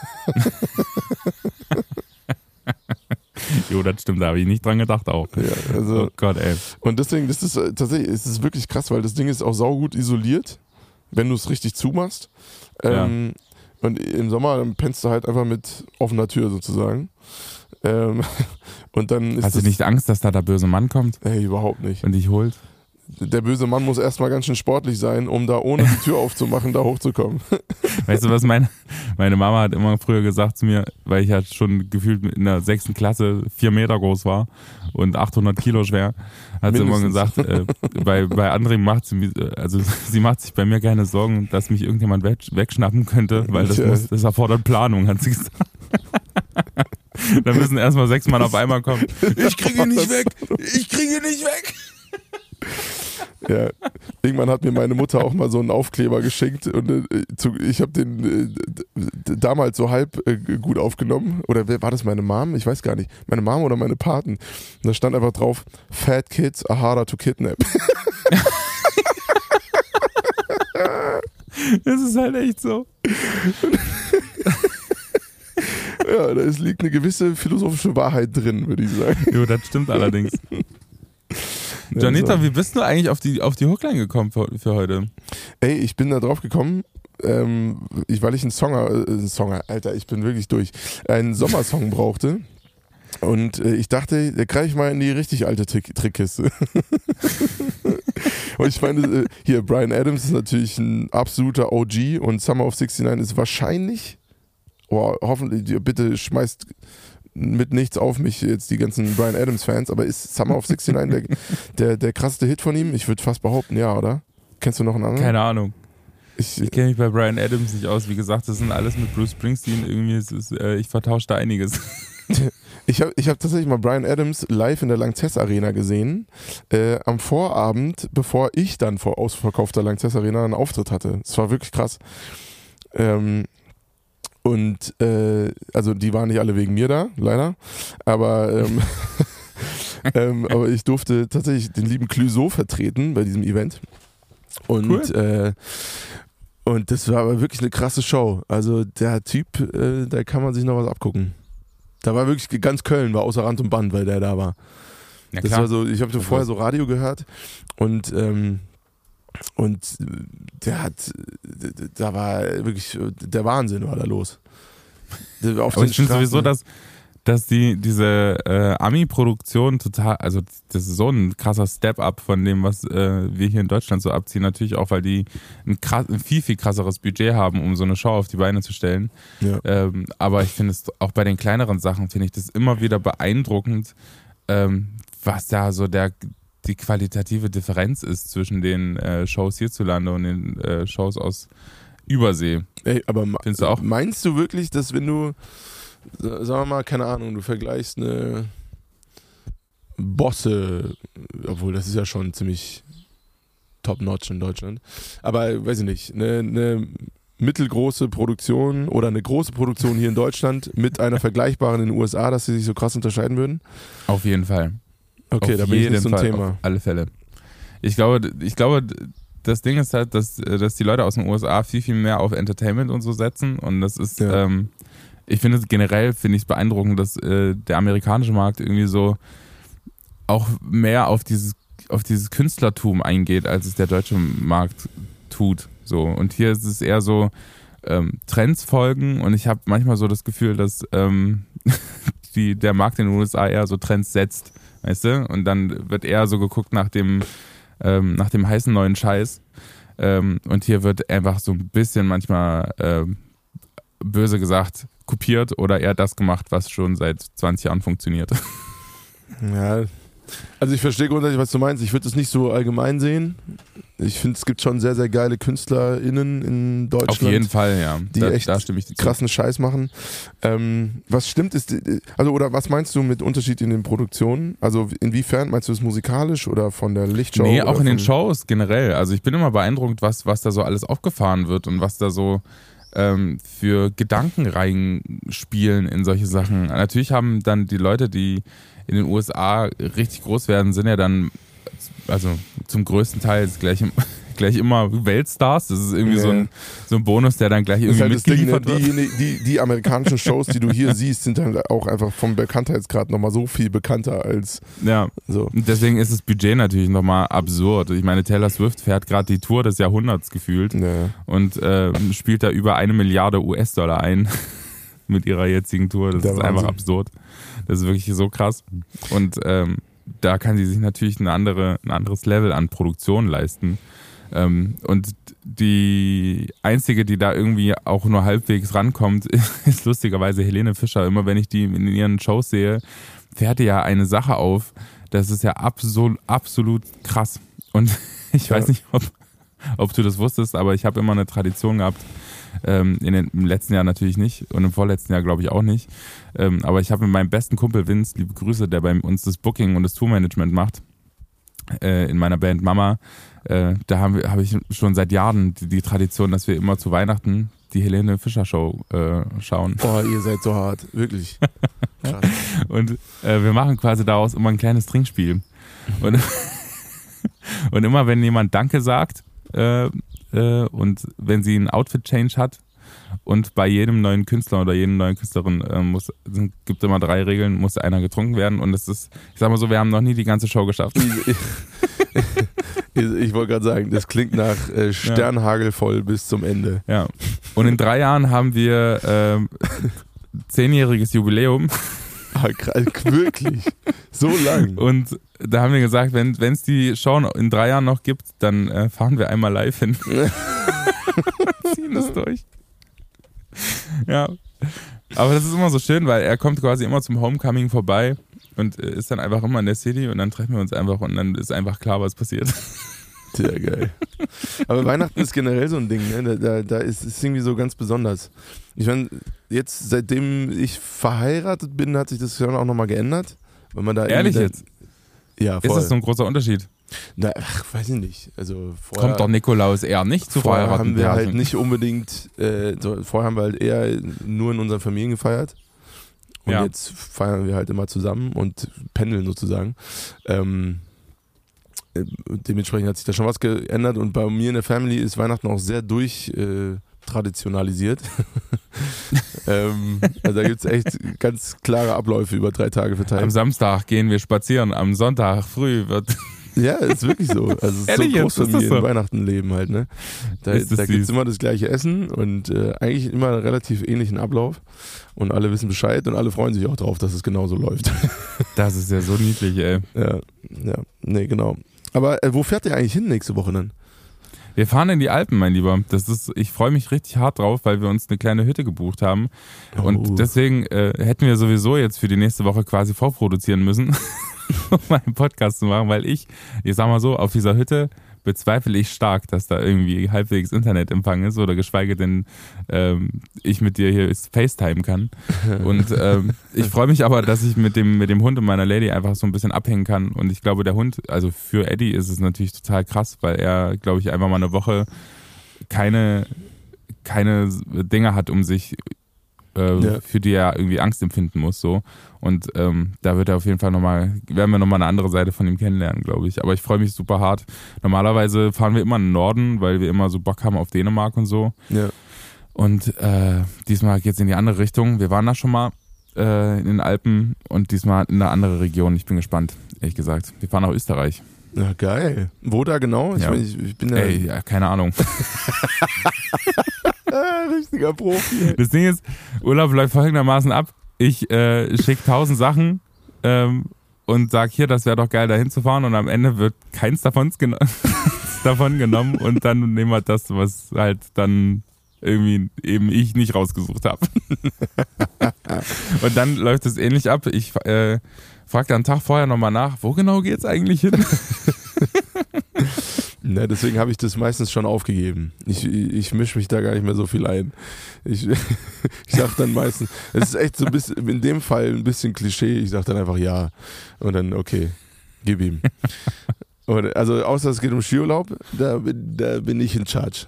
[SPEAKER 2] Jo, das stimmt, da habe ich nicht dran gedacht auch.
[SPEAKER 1] Ja, also,
[SPEAKER 2] Oh Gott, ey.
[SPEAKER 1] und deswegen, das ist äh, tatsächlich, es ist wirklich krass, weil das Ding ist auch saugut isoliert. wenn du es richtig zumachst. Ähm, ja. Und im Sommer dann pennst du halt einfach mit offener Tür sozusagen. Ähm, und dann ist
[SPEAKER 2] Hast du nicht Angst, dass da der böse Mann kommt?
[SPEAKER 1] Ey, überhaupt nicht.
[SPEAKER 2] Und dich holt?
[SPEAKER 1] Der böse Mann muss erstmal ganz schön sportlich sein, um da ohne die Tür aufzumachen, da hochzukommen.
[SPEAKER 2] Weißt du, was meine, meine Mama hat immer früher gesagt zu mir, weil ich ja schon gefühlt in der sechsten Klasse vier Meter groß war und achthundert Kilo schwer, hat sie immer gesagt, äh, bei, bei anderen macht sie, also sie macht sich bei mir keine Sorgen, dass mich irgendjemand wegschnappen könnte, weil das, muss, das erfordert Planung, hat sie gesagt. Da müssen erstmal sechs Mann auf einmal kommen. Ich kriege ihn nicht weg! Ich kriege ihn nicht weg!
[SPEAKER 1] Ja, irgendwann hat mir meine Mutter auch mal so einen Aufkleber geschenkt und äh, zu, ich habe den äh, damals so halb äh, gut aufgenommen. Oder wer, war das meine Mom? Ich weiß gar nicht. Meine Mom oder meine Paten. Und da stand einfach drauf, Fat Kids are harder to kidnap.
[SPEAKER 2] Das ist halt echt so.
[SPEAKER 1] Ja, da ist, liegt eine gewisse philosophische Wahrheit drin, würde ich sagen.
[SPEAKER 2] Jo, das stimmt allerdings. Janita, wie bist du eigentlich auf die, auf die Hookline gekommen für, für heute?
[SPEAKER 1] Ey, ich bin da drauf gekommen, ähm, ich, weil ich einen Songer, äh, einen Songer, Alter, ich bin wirklich durch, einen Sommersong brauchte. Und äh, ich dachte, da greife ich mal in die richtig alte Trick- Trickkiste. Und ich meine, äh, hier, Bryan Adams ist natürlich ein absoluter O G und Summer of sixty-nine ist wahrscheinlich, oh, hoffentlich, bitte schmeißt mit nichts auf mich jetzt die ganzen Bryan Adams Fans, aber ist Summer of sixty-nine der, der, der krasseste Hit von ihm? Ich würde fast behaupten, ja, oder? Kennst du noch einen anderen?
[SPEAKER 2] Keine Ahnung.
[SPEAKER 1] Ich,
[SPEAKER 2] ich kenne mich bei Bryan Adams nicht aus. Wie gesagt, das sind alles mit Bruce Springsteen. Irgendwie ist es, äh, ich vertausche da einiges.
[SPEAKER 1] Ich habe ich hab tatsächlich mal Bryan Adams live in der Lanxess Arena gesehen, äh, am Vorabend, bevor ich dann vor ausverkaufter Lanxess Arena einen Auftritt hatte. Es war wirklich krass. Ähm, Und äh, also die waren nicht alle wegen mir da, leider. Aber, ähm, ähm, aber ich durfte tatsächlich den lieben Clouseau vertreten bei diesem Event. Und, cool. äh, und das war aber wirklich eine krasse Show. Also der Typ, äh, da kann man sich noch was abgucken. Da war wirklich ganz Köln, war außer Rand und Band, weil der da war. Ja, das war so, ich habe so vorher so Radio gehört und ähm, Und der hat, da war wirklich, der Wahnsinn war da los.
[SPEAKER 2] Auf Aber ich finde sowieso, dass, dass die, diese äh, Ami-Produktion total, also das ist so ein krasser Step-Up von dem, was äh, wir hier in Deutschland so abziehen. Natürlich auch, weil die ein, krass, ein viel, viel krasseres Budget haben, um so eine Show auf die Beine zu stellen. Ja. Ähm, aber ich finde es auch bei den kleineren Sachen, finde ich das immer wieder beeindruckend, ähm, was da so der die qualitative Differenz ist zwischen den äh, Shows hierzulande und den äh, Shows aus Übersee.
[SPEAKER 1] Ey, aber
[SPEAKER 2] Findest du auch?
[SPEAKER 1] Meinst du wirklich, dass wenn du, sagen wir mal, keine Ahnung, du vergleichst eine Bosse, obwohl das ist ja schon ziemlich top-notch in Deutschland, aber weiß ich nicht, eine, eine mittelgroße Produktion oder eine große Produktion hier in Deutschland mit einer vergleichbaren in den U S A, dass sie sich so krass unterscheiden würden?
[SPEAKER 2] Auf jeden Fall.
[SPEAKER 1] Okay,
[SPEAKER 2] auf
[SPEAKER 1] da bin ich nicht zum
[SPEAKER 2] Fall,
[SPEAKER 1] Thema.
[SPEAKER 2] Auf alle Fälle. Ich glaube, ich glaube, das Ding ist halt, dass, dass die Leute aus den U S A viel, viel mehr auf Entertainment und so setzen. Und das ist, ja. ähm, ich finde generell, finde ich es beeindruckend, dass äh, der amerikanische Markt irgendwie so auch mehr auf dieses, auf dieses Künstlertum eingeht, als es der deutsche Markt tut. So. Und hier ist es eher so, ähm, Trends folgen und ich habe manchmal so das Gefühl, dass ähm, die, der Markt in den U S A eher so Trends setzt. Weißt du? Und dann wird eher so geguckt nach dem, ähm, nach dem heißen neuen Scheiß. Ähm, und hier wird einfach so ein bisschen manchmal ähm, böse gesagt kopiert oder eher das gemacht, was schon seit zwanzig Jahren funktioniert.
[SPEAKER 1] Ja, also ich verstehe grundsätzlich, was du meinst. Ich würde es nicht so allgemein sehen. Ich finde, es gibt schon sehr, sehr geile KünstlerInnen in Deutschland.
[SPEAKER 2] Auf jeden Fall, ja.
[SPEAKER 1] Die
[SPEAKER 2] da,
[SPEAKER 1] echt
[SPEAKER 2] da stimme ich dir zu.
[SPEAKER 1] krassen Scheiß machen. Ähm, was stimmt ist, also oder was meinst du mit Unterschied in den Produktionen? Also inwiefern, meinst du es musikalisch oder von der Lichtshow?
[SPEAKER 2] Nee, auch in den Shows generell. Also ich bin immer beeindruckt, was, was da so alles aufgefahren wird und was da so ähm, für Gedanken reinspielen in solche Sachen. Natürlich haben dann die Leute, die in den U S A richtig groß werden, sind ja dann also zum größten Teil das gleiche, gleich immer Weltstars. Das ist irgendwie
[SPEAKER 1] ja.
[SPEAKER 2] so, ein, so ein Bonus, der dann gleich irgendwie
[SPEAKER 1] das ist halt
[SPEAKER 2] mitgeliefert
[SPEAKER 1] das Ding, ne?
[SPEAKER 2] wird.
[SPEAKER 1] die, die, die amerikanischen Shows, die du hier siehst, sind halt auch einfach vom Bekanntheitsgrad nochmal so viel bekannter als
[SPEAKER 2] Ja,
[SPEAKER 1] so.
[SPEAKER 2] Und deswegen ist das Budget natürlich nochmal absurd. Ich meine, Taylor Swift fährt gerade die Tour des Jahrhunderts gefühlt
[SPEAKER 1] Ja.
[SPEAKER 2] und äh, spielt da über eine Milliarde U S-Dollar ein mit ihrer jetzigen Tour. Das
[SPEAKER 1] Der
[SPEAKER 2] ist
[SPEAKER 1] Wahnsinn.
[SPEAKER 2] einfach absurd. Das ist wirklich so krass. Und ähm, da kann sie sich natürlich eine andere, ein anderes Level an Produktion leisten. Ähm, und die einzige, die da irgendwie auch nur halbwegs rankommt, ist lustigerweise Helene Fischer. Immer wenn ich die in ihren Shows sehe, fährt die ja eine Sache auf. Das ist ja absolut, absolut krass. Und ich
[SPEAKER 1] Ja.
[SPEAKER 2] weiß nicht, ob, ob du das wusstest, aber ich habe immer eine Tradition gehabt. Ähm, in den, im letzten Jahr natürlich nicht und im vorletzten Jahr glaube ich auch nicht. Ähm, aber ich habe mit meinem besten Kumpel Vince, liebe Grüße, der bei uns das Booking und das Tourmanagement macht, äh, in meiner Band Mama, äh, da habe hab ich schon seit Jahren die, die Tradition, dass wir immer zu Weihnachten die Helene Fischer Show äh, schauen.
[SPEAKER 1] Boah, ihr seid so hart, wirklich. Krass.
[SPEAKER 2] Und äh, wir machen quasi daraus immer ein kleines Trinkspiel. Und, und immer wenn jemand Danke sagt, äh, äh, und wenn sie einen Outfit-Change hat und bei jedem neuen Künstler oder jedem neuen Künstlerin äh, muss, sind, gibt immer drei Regeln, muss einer getrunken werden und es ist, ich sag mal so, wir haben noch nie die ganze Show geschafft.
[SPEAKER 1] Ich, ich, ich wollte gerade sagen, das klingt nach äh, Sternhagelvoll bis zum Ende.
[SPEAKER 2] Ja. Und in drei Jahren haben wir äh, zehnjähriges Jubiläum.
[SPEAKER 1] Ah, krass, wirklich? So lang?
[SPEAKER 2] Und da haben wir gesagt, wenn es die Show in drei Jahren noch gibt, dann äh, fahren wir einmal live hin. Ziehen das durch. Ja. Aber das ist immer so schön, weil er kommt quasi immer zum Homecoming vorbei und äh, ist dann einfach immer in der City und dann treffen wir uns einfach und dann ist einfach klar, was passiert.
[SPEAKER 1] Sehr geil. Aber Weihnachten ist generell so ein Ding, ne? Da, da, da ist es irgendwie so ganz besonders. Ich meine, jetzt, seitdem ich verheiratet bin, hat sich das ja auch nochmal geändert. Wenn man da
[SPEAKER 2] Ehrlich
[SPEAKER 1] da,
[SPEAKER 2] jetzt?
[SPEAKER 1] Ja, voll.
[SPEAKER 2] Ist das so ein großer Unterschied?
[SPEAKER 1] Na, ach, weiß ich nicht. Also vorher,
[SPEAKER 2] Kommt doch Nikolaus eher nicht zu
[SPEAKER 1] vorher
[SPEAKER 2] verheiraten
[SPEAKER 1] haben wir
[SPEAKER 2] werden.
[SPEAKER 1] halt nicht unbedingt, äh, so, vorher haben wir halt eher nur in unseren Familien gefeiert. Und
[SPEAKER 2] Ja.
[SPEAKER 1] jetzt feiern wir halt immer zusammen und pendeln sozusagen. Ähm, äh, dementsprechend hat sich da schon was geändert und bei mir in der Family ist Weihnachten auch sehr durch äh, traditionalisiert. ähm, also da gibt es echt ganz klare Abläufe über drei Tage verteilt.
[SPEAKER 2] Am Samstag gehen wir spazieren, am Sonntag früh wird...
[SPEAKER 1] Ja, ist wirklich so. Also es ist
[SPEAKER 2] Ehrlich
[SPEAKER 1] so
[SPEAKER 2] jetzt? Ist das
[SPEAKER 1] Großfamilien
[SPEAKER 2] so?
[SPEAKER 1] Weihnachten-Leben halt, ne? Da,
[SPEAKER 2] Ist das
[SPEAKER 1] da gibt es
[SPEAKER 2] süß.
[SPEAKER 1] immer das gleiche Essen und äh, eigentlich immer einen relativ ähnlichen Ablauf und alle wissen Bescheid und alle freuen sich auch drauf, dass es genauso läuft.
[SPEAKER 2] Das ist ja so niedlich, ey.
[SPEAKER 1] Ja, ja, nee, genau. Aber äh, wo fährt ihr eigentlich hin nächste Woche dann?
[SPEAKER 2] Wir fahren in die Alpen, mein Lieber. Das ist, ich freue mich richtig hart drauf, weil wir uns eine kleine Hütte gebucht haben.
[SPEAKER 1] Oh.
[SPEAKER 2] Und deswegen äh, hätten wir sowieso jetzt für die nächste Woche quasi vorproduzieren müssen, um einen Podcast zu machen, weil ich, ich sag mal so, auf dieser Hütte bezweifle ich stark, dass da irgendwie halbwegs Internetempfang ist oder geschweige denn ähm, ich mit dir hier FaceTime kann. Und ähm, ich freue mich aber, dass ich mit dem, mit dem Hund und meiner Lady einfach so ein bisschen abhängen kann. Und ich glaube, der Hund, also für Eddie ist es natürlich total krass, weil er, glaube ich, einfach mal eine Woche keine, keine Dinge hat, um sich äh,
[SPEAKER 1] Ja.
[SPEAKER 2] für die er irgendwie Angst empfinden muss. So. Und ähm, da wird er auf jeden Fall nochmal, werden wir nochmal eine andere Seite von ihm kennenlernen, glaube ich. Aber ich freue mich super hart. Normalerweise fahren wir immer in den Norden, weil wir immer so Bock haben auf Dänemark und so.
[SPEAKER 1] Ja.
[SPEAKER 2] Und äh, diesmal geht es in die andere Richtung. Wir waren da schon mal äh, in den Alpen und diesmal in eine andere Region. Ich bin gespannt, ehrlich gesagt. Wir fahren nach Österreich.
[SPEAKER 1] Ja, geil. Wo da genau? Ich,
[SPEAKER 2] Ja.
[SPEAKER 1] mein, ich, ich bin ja
[SPEAKER 2] Ey, ja, keine Ahnung.
[SPEAKER 1] ah, richtiger Profi.
[SPEAKER 2] Das Ding ist, Urlaub läuft folgendermaßen ab. Ich äh, schicke tausend Sachen ähm, und sag hier, das wäre doch geil, da hinzufahren und am Ende wird keins davon, geno- davon genommen und dann nehmen wir das, was halt dann irgendwie eben ich nicht rausgesucht habe. Und dann läuft es ähnlich ab. Ich äh, frage dann einen Tag vorher nochmal nach, wo genau geht's eigentlich hin?
[SPEAKER 1] Na, deswegen habe ich das meistens schon aufgegeben. Ich, ich mische mich da gar nicht mehr so viel ein. Ich, ich sage dann meistens, es ist echt so ein bisschen, in dem Fall ein bisschen Klischee, ich sage dann einfach ja und dann okay, gib ihm. Und also außer es geht um Skiurlaub, da, bin- da bin ich in charge.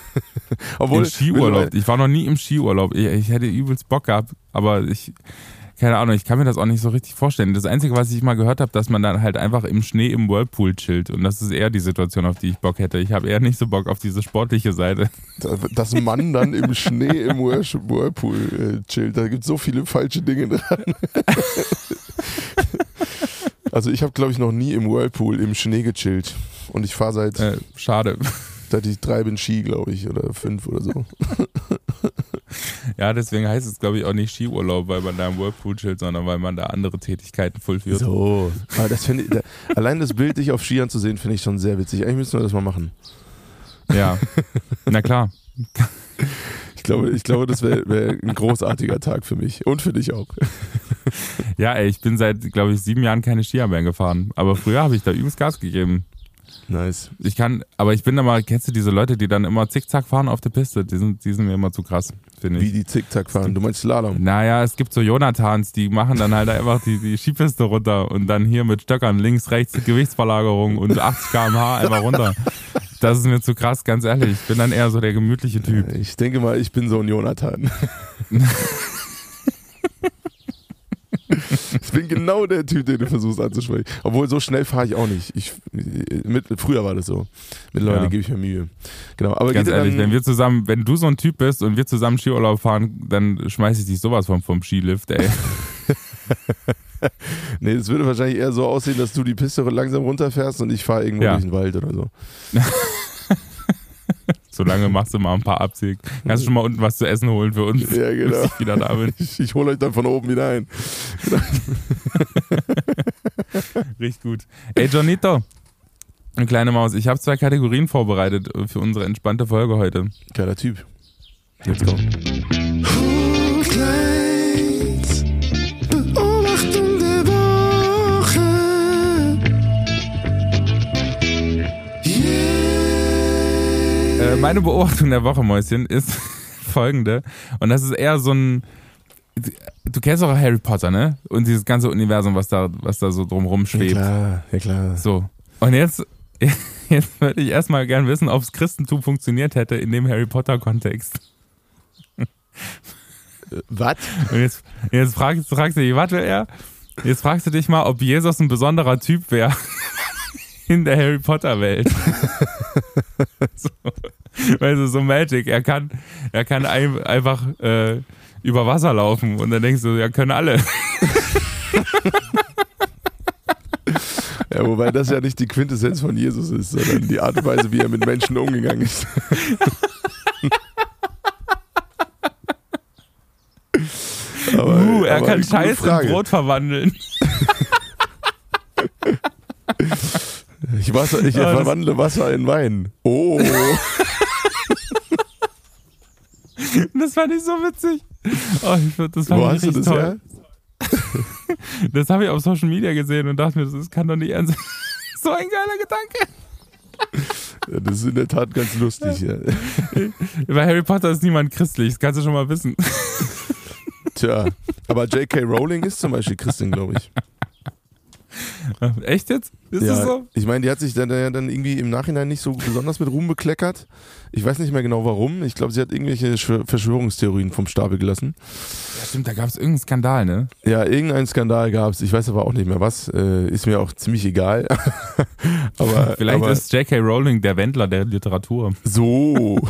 [SPEAKER 1] Obwohl,
[SPEAKER 2] Im Skiurlaub. Ich war noch nie im Skiurlaub. Ich, ich hätte übelst Bock gehabt, aber ich, keine Ahnung, ich kann mir das auch nicht so richtig vorstellen. Das Einzige, was ich mal gehört habe, dass man dann halt einfach im Schnee im Whirlpool chillt. Und das ist eher die Situation, auf die ich Bock hätte. Ich habe eher nicht so Bock auf diese sportliche Seite.
[SPEAKER 1] Dass Mann dann im Schnee im Whirlpool äh, chillt, da gibt es so viele falsche Dinge dran. Also ich habe, glaube ich, noch nie im Whirlpool im Schnee gechillt. Und ich fahre seit,
[SPEAKER 2] Äh, schade.
[SPEAKER 1] seit ich drei bin Ski, glaube ich, oder fünf oder so.
[SPEAKER 2] Ja, deswegen heißt es, glaube ich, auch nicht Skiurlaub, weil man da im Whirlpool chillt, sondern weil man da andere Tätigkeiten vollführt.
[SPEAKER 1] So. Aber das finde ich, da, allein das Bild, dich auf Skiern zu sehen, finde ich schon sehr witzig. Eigentlich müssen wir das mal machen.
[SPEAKER 2] Ja, na klar.
[SPEAKER 1] Ich glaube, ich glaube das wäre wär ein großartiger Tag für mich und für dich auch.
[SPEAKER 2] Ja, ey, ich bin seit, glaube ich, sieben Jahren keine Skier mehr gefahren. Aber früher habe ich da übelst Gas gegeben.
[SPEAKER 1] Nice.
[SPEAKER 2] Ich kann, aber ich bin da mal, kennst du diese Leute, die dann immer zickzack fahren auf der Piste? Die sind, die sind mir immer zu krass, finde ich.
[SPEAKER 1] Wie die Zickzack fahren? Du meinst Slalom?
[SPEAKER 2] Naja, es gibt so Jonathans, die machen dann halt einfach die, die Skipiste runter und dann hier mit Stöckern links, rechts Gewichtsverlagerung und achtzig Kilometer pro Stunde einfach runter. Das ist mir zu krass, ganz ehrlich. Ich bin dann eher so der gemütliche Typ.
[SPEAKER 1] Ich denke mal, ich bin so ein Jonathan. Ich bin genau der Typ, den du versuchst anzusprechen. Obwohl, so schnell fahre ich auch nicht. Ich, mit, früher war das so. Mittlerweile
[SPEAKER 2] Ja.
[SPEAKER 1] gebe ich mir Mühe. Genau, aber
[SPEAKER 2] Ganz
[SPEAKER 1] geht
[SPEAKER 2] ehrlich,
[SPEAKER 1] dann,
[SPEAKER 2] wenn wir zusammen, wenn du so ein Typ bist und wir zusammen Skiurlaub fahren, dann schmeiß ich dich sowas vom, vom Skilift, ey.
[SPEAKER 1] Nee, es würde wahrscheinlich eher so aussehen, dass du die Piste langsam runterfährst und ich fahre irgendwo
[SPEAKER 2] Ja.
[SPEAKER 1] durch den Wald oder so.
[SPEAKER 2] Solange machst du mal ein paar Abzüge. Kannst du schon mal unten was zu essen holen für uns,
[SPEAKER 1] Ja, genau.
[SPEAKER 2] bis ich wieder da bin.
[SPEAKER 1] Ich, ich hole euch dann von oben wieder ein.
[SPEAKER 2] Richtig gut. Ey, Johnito, eine kleine Maus, ich habe zwei Kategorien vorbereitet für unsere entspannte Folge heute.
[SPEAKER 1] Geiler Typ. Let's go.
[SPEAKER 3] Hotline, Beobachtung der Woche. Yeah.
[SPEAKER 2] Äh, meine Beobachtung der Woche, Mäuschen, ist folgende. Und das ist eher so ein. Du kennst auch Harry Potter, ne? Und dieses ganze Universum, was da, was da so drumrum schwebt.
[SPEAKER 1] Ja klar, ja klar.
[SPEAKER 2] So. Und jetzt, jetzt würde ich erstmal gern wissen, ob das Christentum funktioniert hätte in dem Harry Potter-Kontext.
[SPEAKER 1] Was?
[SPEAKER 2] Und jetzt, jetzt fragst, fragst du dich, was will er? Jetzt fragst du dich mal, ob Jesus ein besonderer Typ wäre in der Harry Potter Welt. So, weißt du, so Magic. Er kann, er kann ein, einfach äh, über Wasser laufen und dann denkst du, ja, können alle.
[SPEAKER 1] Ja, wobei das ja nicht die Quintessenz von Jesus ist, sondern die Art und Weise, wie er mit Menschen umgegangen ist. Aber,
[SPEAKER 2] uh, er
[SPEAKER 1] aber
[SPEAKER 2] kann
[SPEAKER 1] eine gute
[SPEAKER 2] Scheiß in
[SPEAKER 1] Frage.
[SPEAKER 2] Brot verwandeln.
[SPEAKER 1] Ich, Wasser, ich
[SPEAKER 2] Oh, das-
[SPEAKER 1] verwandle Wasser in Wein. Oh.
[SPEAKER 2] Das fand ich so witzig. Oh, ich, das fand
[SPEAKER 1] Wo
[SPEAKER 2] ich
[SPEAKER 1] hast du
[SPEAKER 2] richtig
[SPEAKER 1] das
[SPEAKER 2] toll.
[SPEAKER 1] her?
[SPEAKER 2] Das habe ich auf Social Media gesehen und dachte mir, das kann doch nicht ernst sein. So ein geiler Gedanke.
[SPEAKER 1] Ja, das ist in der Tat ganz lustig. Ja.
[SPEAKER 2] Bei Harry Potter ist niemand christlich, das kannst du schon mal wissen.
[SPEAKER 1] Tja, aber J K. Rowling ist zum Beispiel Christin, glaube ich.
[SPEAKER 2] Echt jetzt? Ist
[SPEAKER 1] Ja,
[SPEAKER 2] das so?
[SPEAKER 1] ich meine, die hat sich dann, ja dann irgendwie im Nachhinein nicht so besonders mit Ruhm bekleckert. Ich weiß nicht mehr genau warum. Ich glaube, sie hat irgendwelche Schw- Verschwörungstheorien vom Stapel gelassen.
[SPEAKER 2] Ja, stimmt, da gab es irgendeinen Skandal, ne?
[SPEAKER 1] Ja, irgendeinen Skandal gab es. Ich weiß aber auch nicht mehr was. Äh, ist mir auch ziemlich egal. aber,
[SPEAKER 2] Vielleicht
[SPEAKER 1] aber
[SPEAKER 2] ist J K. Rowling der Wendler der Literatur.
[SPEAKER 1] so.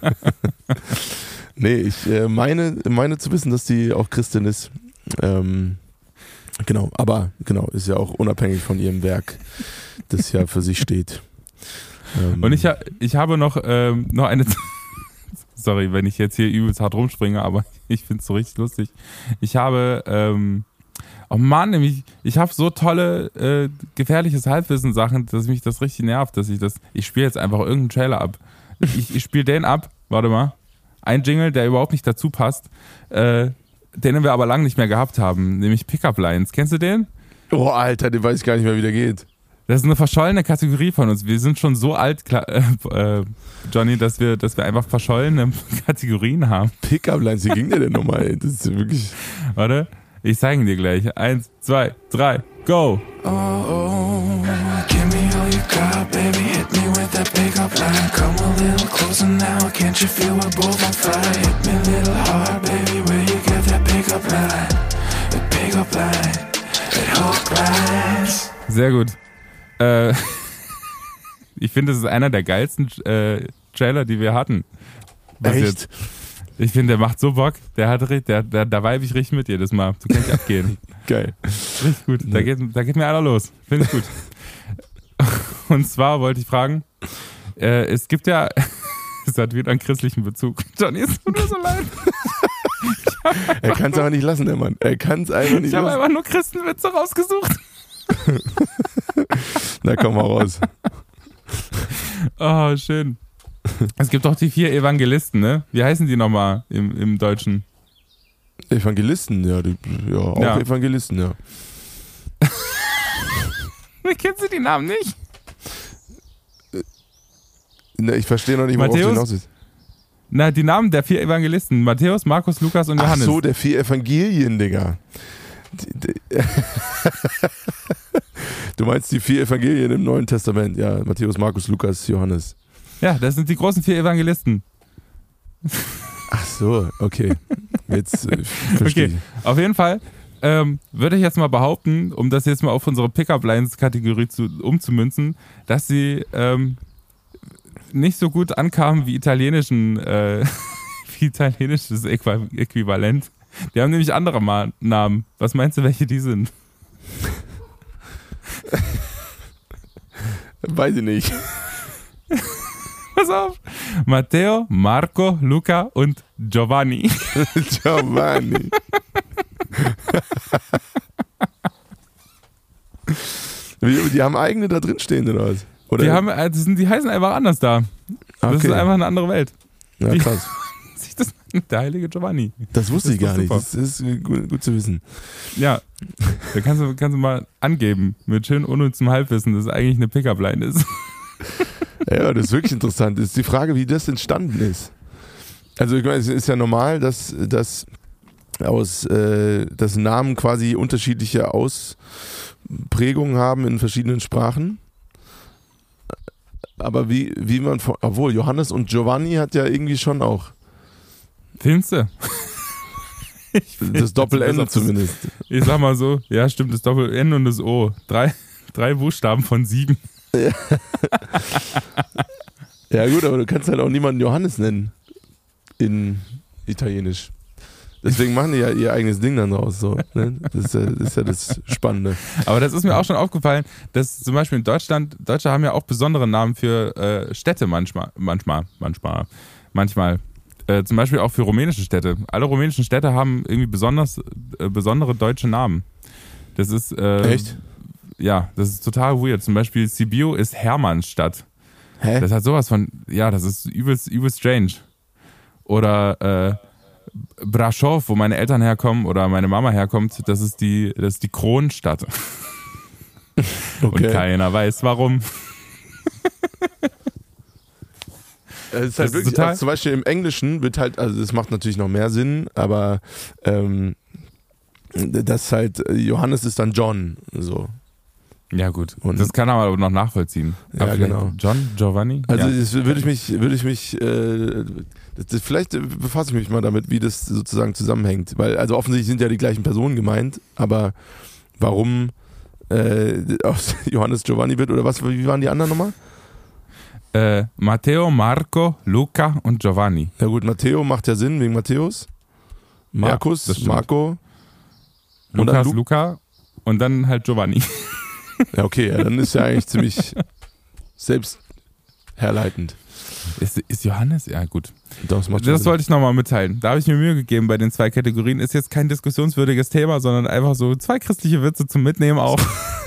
[SPEAKER 1] Nee, ich äh, meine, meine zu wissen, dass die auch Christin ist. Ähm, genau, aber genau, ist ja auch unabhängig von ihrem Werk, das ja für sich steht. Ähm,
[SPEAKER 2] Und ich, ha- ich habe noch, ähm, noch eine. Sorry, wenn ich jetzt hier übelst hart rumspringe, aber ich finde es so richtig lustig. Ich habe. Ähm, oh Mann, nämlich, ich habe so tolle, äh, gefährliches Halbwissen-Sachen, dass mich das richtig nervt, dass ich das. Ich spiele jetzt einfach irgendeinen Trailer ab. Ich, ich spiele den ab, warte mal. Ein Jingle, der überhaupt nicht dazu passt, äh, den wir aber lange nicht mehr gehabt haben, nämlich Pickup Lines. Kennst du den?
[SPEAKER 1] Oh, Alter, den weiß ich gar nicht mehr, wie der geht.
[SPEAKER 2] Das ist eine verschollene Kategorie von uns. Wir sind schon so alt, klar, äh, äh, Johnny, dass wir, dass wir einfach verschollene Kategorien haben.
[SPEAKER 1] Pickup Lines, wie ging der denn nochmal? Ey? Das ist ja wirklich.
[SPEAKER 2] Warte, ich zeige ihn dir gleich. Eins, zwei, drei, go!
[SPEAKER 3] Oh, oh, give me all you got, baby. Hit me with that pickup line. Come a little closer now. Can't you feel we're both on fire? Hit me a little hard, baby. Where you get that pickup line? The pickup line. At Hook Lines.
[SPEAKER 2] Sehr gut. Äh, ich finde, das ist einer der geilsten äh, Trailer, die wir hatten. Bis
[SPEAKER 1] Echt?
[SPEAKER 2] jetzt. Ich finde, der macht so Bock. Der hat, ri- der, der, da vibe ich richtig mit jedes Mal. Du kannst abgehen.
[SPEAKER 1] Geil.
[SPEAKER 2] Richtig gut. Da geht, da geht mir einer los. Finde ich gut. Und zwar wollte ich fragen, äh, es gibt ja, es hat wieder einen christlichen Bezug. Johnny, es tut mir so leid.
[SPEAKER 1] Er kann es aber nicht lassen, der Mann. Er kann es einfach nicht
[SPEAKER 2] Ich habe
[SPEAKER 1] lassen.
[SPEAKER 2] einfach nur Christenwitze rausgesucht.
[SPEAKER 1] Na komm mal raus.
[SPEAKER 2] Oh, schön. Es gibt doch die vier Evangelisten, ne? Wie heißen die nochmal im, im Deutschen?
[SPEAKER 1] Evangelisten, ja, die, ja auch
[SPEAKER 2] Ja.
[SPEAKER 1] Evangelisten, ja.
[SPEAKER 2] Kennst du die Namen nicht?
[SPEAKER 1] Ne, ich verstehe noch nicht, worauf du
[SPEAKER 2] Matthäus?
[SPEAKER 1] hinaus ist.
[SPEAKER 2] Na, die Namen der vier Evangelisten. Matthäus, Markus, Lukas und
[SPEAKER 1] Ach
[SPEAKER 2] Johannes.
[SPEAKER 1] so, der vier Evangelien, Digga. Die, die, du meinst die vier Evangelien im Neuen Testament, ja. Matthäus, Markus, Lukas, Johannes.
[SPEAKER 2] Ja, das sind die großen vier Evangelisten.
[SPEAKER 1] Ach so, okay. Jetzt äh, verstehe
[SPEAKER 2] Okay, auf jeden Fall ähm, würde ich jetzt mal behaupten, um das jetzt mal auf unsere Pickup-Lines-Kategorie zu, umzumünzen, dass sie ähm, nicht so gut ankamen wie italienischen, äh, wie italienisches Äqu- Äquivalent. Die haben nämlich andere Ma- Namen. Was meinst du, welche die sind?
[SPEAKER 1] ich. Weiß ich nicht.
[SPEAKER 2] Pass auf. Matteo, Marco, Luca und Giovanni.
[SPEAKER 1] Giovanni. Wie, die haben eigene da drin stehen, oder was? Oder?
[SPEAKER 2] Die, haben, äh, die, sind, die heißen einfach anders da. Das
[SPEAKER 1] Okay.
[SPEAKER 2] ist einfach eine andere Welt.
[SPEAKER 1] Ja,
[SPEAKER 2] die-
[SPEAKER 1] krass.
[SPEAKER 2] Sich das der heilige Giovanni.
[SPEAKER 1] Das wusste
[SPEAKER 2] Das
[SPEAKER 1] ich
[SPEAKER 2] ist
[SPEAKER 1] gar
[SPEAKER 2] doch
[SPEAKER 1] nicht.
[SPEAKER 2] super.
[SPEAKER 1] Das ist äh, gut, gut zu wissen.
[SPEAKER 2] Ja, da kannst du, kannst du mal angeben, mit schön unnützem Halbwissen, dass es eigentlich eine Pickup-Line ist.
[SPEAKER 1] Ja, das ist wirklich interessant. Das ist die Frage, wie das entstanden ist. Also ich meine, es ist ja normal, dass, dass, aus, äh, dass Namen quasi unterschiedliche Ausprägungen haben in verschiedenen Sprachen. Aber wie, wie man, von- obwohl Johannes und Giovanni hat ja irgendwie schon auch
[SPEAKER 2] Findest du?
[SPEAKER 1] das Doppel-N
[SPEAKER 2] auf das-
[SPEAKER 1] zumindest.
[SPEAKER 2] Ich sag mal so, ja stimmt, das Doppel-N und das O. Drei, drei Buchstaben von sieben.
[SPEAKER 1] Ja gut, aber du kannst halt auch niemanden Johannes nennen in Italienisch. Deswegen machen die ja ihr eigenes Ding dann raus. So, ne? das, ist ja, das ist ja das Spannende.
[SPEAKER 2] Aber das ist mir auch schon aufgefallen, dass zum Beispiel in Deutschland, Deutsche haben ja auch besondere Namen für äh, Städte manchmal, manchmal, manchmal, manchmal. Äh, zum Beispiel auch für rumänische Städte. Alle rumänischen Städte haben irgendwie besonders, äh, besondere deutsche Namen. Das ist äh,
[SPEAKER 1] Echt?
[SPEAKER 2] Ja, das ist total weird. Zum Beispiel Sibiu ist Hermannstadt.
[SPEAKER 1] Hä?
[SPEAKER 2] Das hat sowas von, ja, das ist übelst, übelst strange. Oder äh, Brasov, wo meine Eltern herkommen oder meine Mama herkommt, das ist die, das ist die Kronstadt. Und
[SPEAKER 1] Okay.
[SPEAKER 2] keiner weiß warum.
[SPEAKER 1] Es ist
[SPEAKER 2] Das
[SPEAKER 1] halt
[SPEAKER 2] ist
[SPEAKER 1] wirklich,
[SPEAKER 2] total-
[SPEAKER 1] also zum Beispiel im Englischen wird halt, also das macht natürlich noch mehr Sinn, aber ähm, das halt, Johannes ist dann John, so.
[SPEAKER 2] Ja gut,
[SPEAKER 1] Und-
[SPEAKER 2] das kann man aber noch nachvollziehen.
[SPEAKER 1] Ja,
[SPEAKER 2] Aber vielleicht
[SPEAKER 1] genau.
[SPEAKER 2] John, Giovanni?
[SPEAKER 1] Also
[SPEAKER 2] ja.
[SPEAKER 1] das würde ich mich, würde ich mich, äh, das, das, vielleicht äh, befasse ich mich mal damit, wie das sozusagen zusammenhängt, weil also offensichtlich sind ja die gleichen Personen gemeint, aber warum äh, aus Johannes Giovanni wird oder was, wie waren die anderen nochmal?
[SPEAKER 2] Äh, Matteo, Marco, Luca und Giovanni.
[SPEAKER 1] Na gut, Matteo macht ja Sinn wegen Matthäus, Markus,
[SPEAKER 2] das stimmt.
[SPEAKER 1] Marco, Und dann
[SPEAKER 2] Lukas,
[SPEAKER 1] Lu-
[SPEAKER 2] Luca und dann halt Giovanni.
[SPEAKER 1] ja okay, ja, dann ist ja eigentlich ziemlich selbst herleitend.
[SPEAKER 2] Ist, ist Johannes? Ja gut.
[SPEAKER 1] Das macht schon
[SPEAKER 2] Das
[SPEAKER 1] Sinn.
[SPEAKER 2] wollte ich nochmal mitteilen. Da habe ich mir Mühe gegeben bei den zwei Kategorien. Ist jetzt kein diskussionswürdiges Thema, sondern einfach so zwei christliche Witze zum Mitnehmen auch.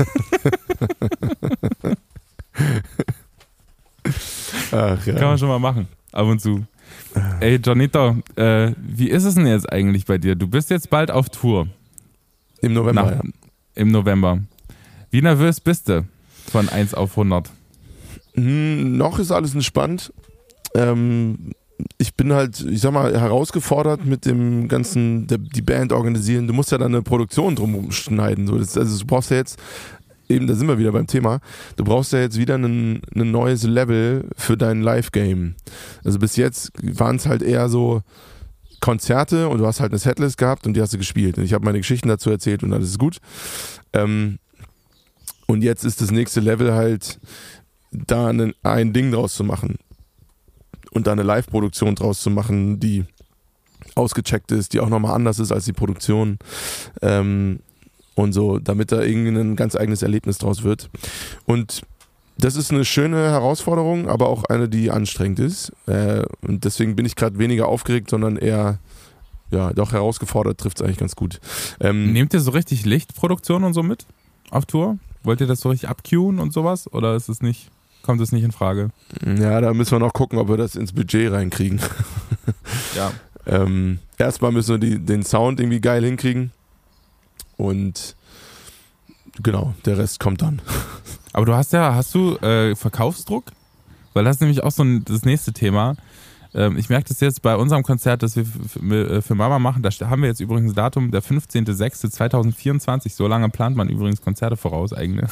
[SPEAKER 1] Ach, ja.
[SPEAKER 2] Kann man schon mal machen. Ab und zu. Ey, Johnito, äh, wie ist es denn jetzt eigentlich bei dir? Du bist jetzt bald auf Tour.
[SPEAKER 1] Im November,
[SPEAKER 2] Nach,
[SPEAKER 1] ja.
[SPEAKER 2] Im November. Wie nervös bist du von eins auf hundert?
[SPEAKER 1] Hm, noch ist alles entspannt. Ähm, ich bin halt, ich sag mal, herausgefordert mit dem ganzen, der, die Band organisieren. Du musst ja dann eine Produktion drumherum schneiden. So. Das, also du brauchst ja jetzt, eben, da sind wir wieder beim Thema, du brauchst ja jetzt wieder ein, ein neues Level für dein Live-Game. Also bis jetzt waren es halt eher so Konzerte und du hast halt eine Setlist gehabt und die hast du gespielt. Und ich habe meine Geschichten dazu erzählt und alles ist gut. Ähm, und jetzt ist das nächste Level halt, da ein, ein Ding draus zu machen und da eine Live-Produktion draus zu machen, die ausgecheckt ist, die auch nochmal anders ist als die Produktion. Ähm, und so, damit da irgendwie ein ganz eigenes Erlebnis draus wird. Und das ist eine schöne Herausforderung, aber auch eine, die anstrengend ist. Äh, und deswegen bin ich gerade weniger aufgeregt, sondern eher, ja, doch herausgefordert, trifft es eigentlich ganz gut. Ähm,
[SPEAKER 2] Nehmt ihr so richtig Lichtproduktion und so mit auf Tour? Wollt ihr das so richtig abcueen und sowas? Oder ist es nicht, kommt es nicht in Frage?
[SPEAKER 1] Ja, da müssen wir noch gucken, ob wir das ins Budget reinkriegen.
[SPEAKER 2] Ja.
[SPEAKER 1] ähm, erstmal müssen wir die, den Sound irgendwie geil hinkriegen. Und genau, der Rest kommt dann.
[SPEAKER 2] Aber du hast ja, hast du äh, Verkaufsdruck? Weil das ist nämlich auch so ein, das nächste Thema. Ähm, ich merke das jetzt bei unserem Konzert, das wir für, für Mama machen. Da haben wir jetzt übrigens ein Datum, der fünfzehnter sechster zweitausendvierundzwanzig. So lange plant man übrigens Konzerte voraus, eigene.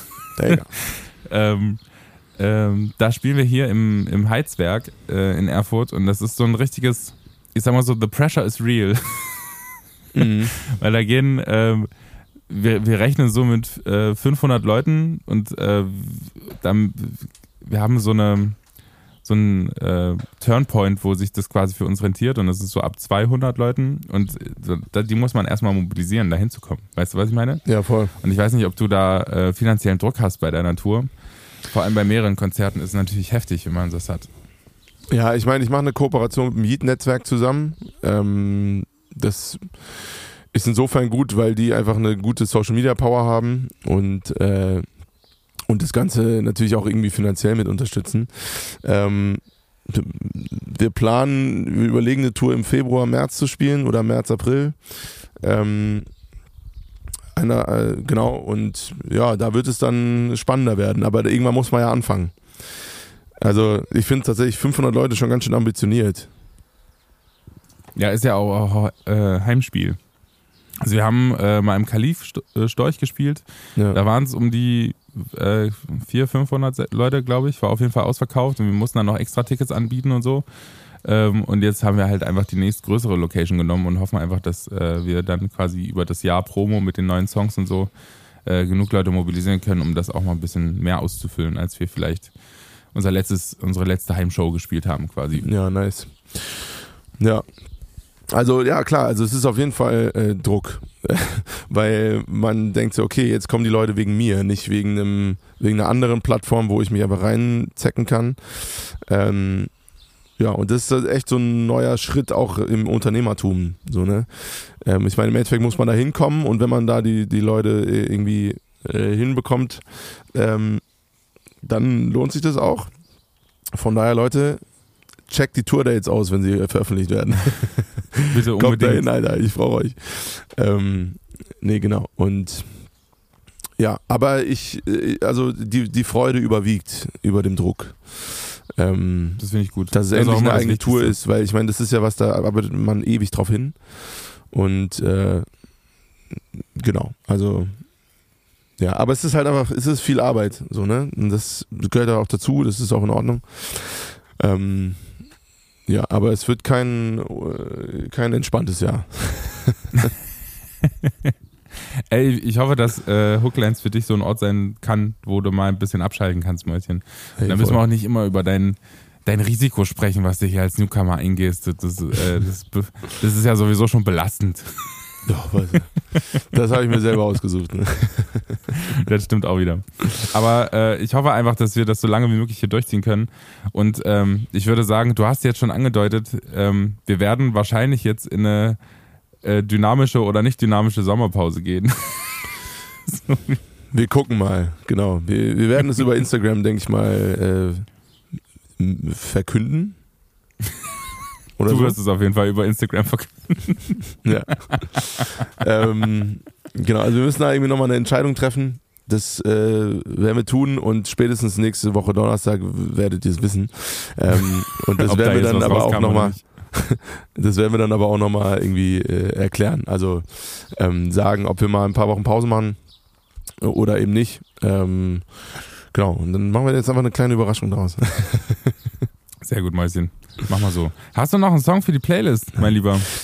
[SPEAKER 2] ähm, ähm, da spielen wir hier im, im Heizwerk äh, in Erfurt und das ist so ein richtiges, ich sag mal so, the pressure is real. Mhm. Weil da gehen... Ähm, Wir, wir rechnen so mit äh, fünfhundert Leuten und äh, dann, wir haben so eine so einen äh, Turnpoint, wo sich das quasi für uns rentiert und das ist so ab zweihundert Leuten und äh, die muss man erstmal mobilisieren, da hinzukommen. Weißt du, was ich meine?
[SPEAKER 1] Ja, voll.
[SPEAKER 2] Und ich weiß nicht, ob du da äh, finanziellen Druck hast bei deiner Tour. Vor allem bei mehreren Konzerten ist es natürlich heftig, wenn man das hat.
[SPEAKER 1] Ja, ich meine, ich mache eine Kooperation mit dem Yeet-Netzwerk zusammen. Ähm, das ist insofern gut, weil die einfach eine gute Social-Media-Power haben und, äh, und das Ganze natürlich auch irgendwie finanziell mit unterstützen. Ähm, wir planen, wir überlegen eine Tour im Februar, März zu spielen oder März, April. Ähm, einer, äh, genau, und ja, da wird es dann spannender werden, aber irgendwann muss man ja anfangen. Also ich finde tatsächlich fünfhundert Leute schon ganz schön ambitioniert.
[SPEAKER 2] Ja, ist ja auch, auch äh, Heimspiel. Also wir haben äh, mal im Kalif Storch gespielt, ja. Da waren es um die äh, vierhundert, fünfhundert Leute, glaube ich, war auf jeden Fall ausverkauft und wir mussten dann noch extra Tickets anbieten und so. Ähm, und jetzt haben wir halt einfach die nächstgrößere Location genommen und hoffen einfach, dass äh, wir dann quasi über das Jahr Promo mit den neuen Songs und so äh, genug Leute mobilisieren können, um das auch mal ein bisschen mehr auszufüllen, als wir vielleicht unser letztes, unsere letzte Heimshow gespielt haben quasi.
[SPEAKER 1] Ja, nice. Ja. Also ja, klar, also es ist auf jeden Fall äh, Druck, weil man denkt so, okay, jetzt kommen die Leute wegen mir, nicht wegen einem wegen einer anderen Plattform, wo ich mich aber reinzecken kann. Ähm, ja, und das ist echt so ein neuer Schritt auch im Unternehmertum. So, ne? Ähm, ich meine, im Endeffekt muss man da hinkommen und wenn man da die, die Leute irgendwie äh, hinbekommt, ähm, dann lohnt sich das auch. Von daher, Leute, checkt die Tourdates aus, wenn sie veröffentlicht werden.
[SPEAKER 2] Bitte unbedingt.
[SPEAKER 1] Kommt dahin, Alter, ich brauche euch. Ähm, nee, genau. Und ja, aber ich, also die, die Freude überwiegt über dem Druck. Ähm,
[SPEAKER 2] das finde ich gut.
[SPEAKER 1] Dass es
[SPEAKER 2] das
[SPEAKER 1] endlich eine eigene Tour ist, weil ich meine, das ist ja was, da arbeitet man ewig drauf hin. Und äh, genau, also ja, aber es ist halt einfach, es ist viel Arbeit, so, ne? Und das gehört auch dazu, das ist auch in Ordnung. Ähm, ja, aber es wird kein, kein entspanntes Jahr.
[SPEAKER 2] Ey, ich hoffe, dass äh, Hooklands für dich so ein Ort sein kann, wo du mal ein bisschen abschalten kannst, Mäuschen. Hey, dann müssen wir auch nicht immer über dein, dein Risiko sprechen, was du hier als Newcomer eingehst. Das, das, äh, das, das ist ja sowieso schon belastend.
[SPEAKER 1] Doch, weißt du. Das habe ich mir selber ausgesucht. Ne?
[SPEAKER 2] Das stimmt auch wieder. Aber äh, ich hoffe einfach, dass wir das so lange wie möglich hier durchziehen können. Und ähm, ich würde sagen, du hast jetzt schon angedeutet, ähm, wir werden wahrscheinlich jetzt in eine äh, dynamische oder nicht dynamische Sommerpause gehen. So.
[SPEAKER 1] Wir gucken mal, genau. Wir, wir werden es über Instagram, denke ich mal, äh, verkünden. Oder
[SPEAKER 2] du
[SPEAKER 1] so?
[SPEAKER 2] wirst es auf jeden Fall über Instagram verkünden.
[SPEAKER 1] Ja. ähm, genau, also wir müssen da irgendwie nochmal eine Entscheidung treffen. Das äh, werden wir tun und spätestens nächste Woche Donnerstag werdet ihr es wissen. Ähm, und das werden wir dann aber auch nochmal das werden wir dann aber auch nochmal irgendwie äh, erklären. Also ähm, sagen, ob wir mal ein paar Wochen Pause machen oder eben nicht. Ähm, genau, und dann machen wir jetzt einfach eine kleine Überraschung draus.
[SPEAKER 2] Sehr gut, Mäuschen. Mach mal so. Hast du noch einen Song für die Playlist, mein Lieber?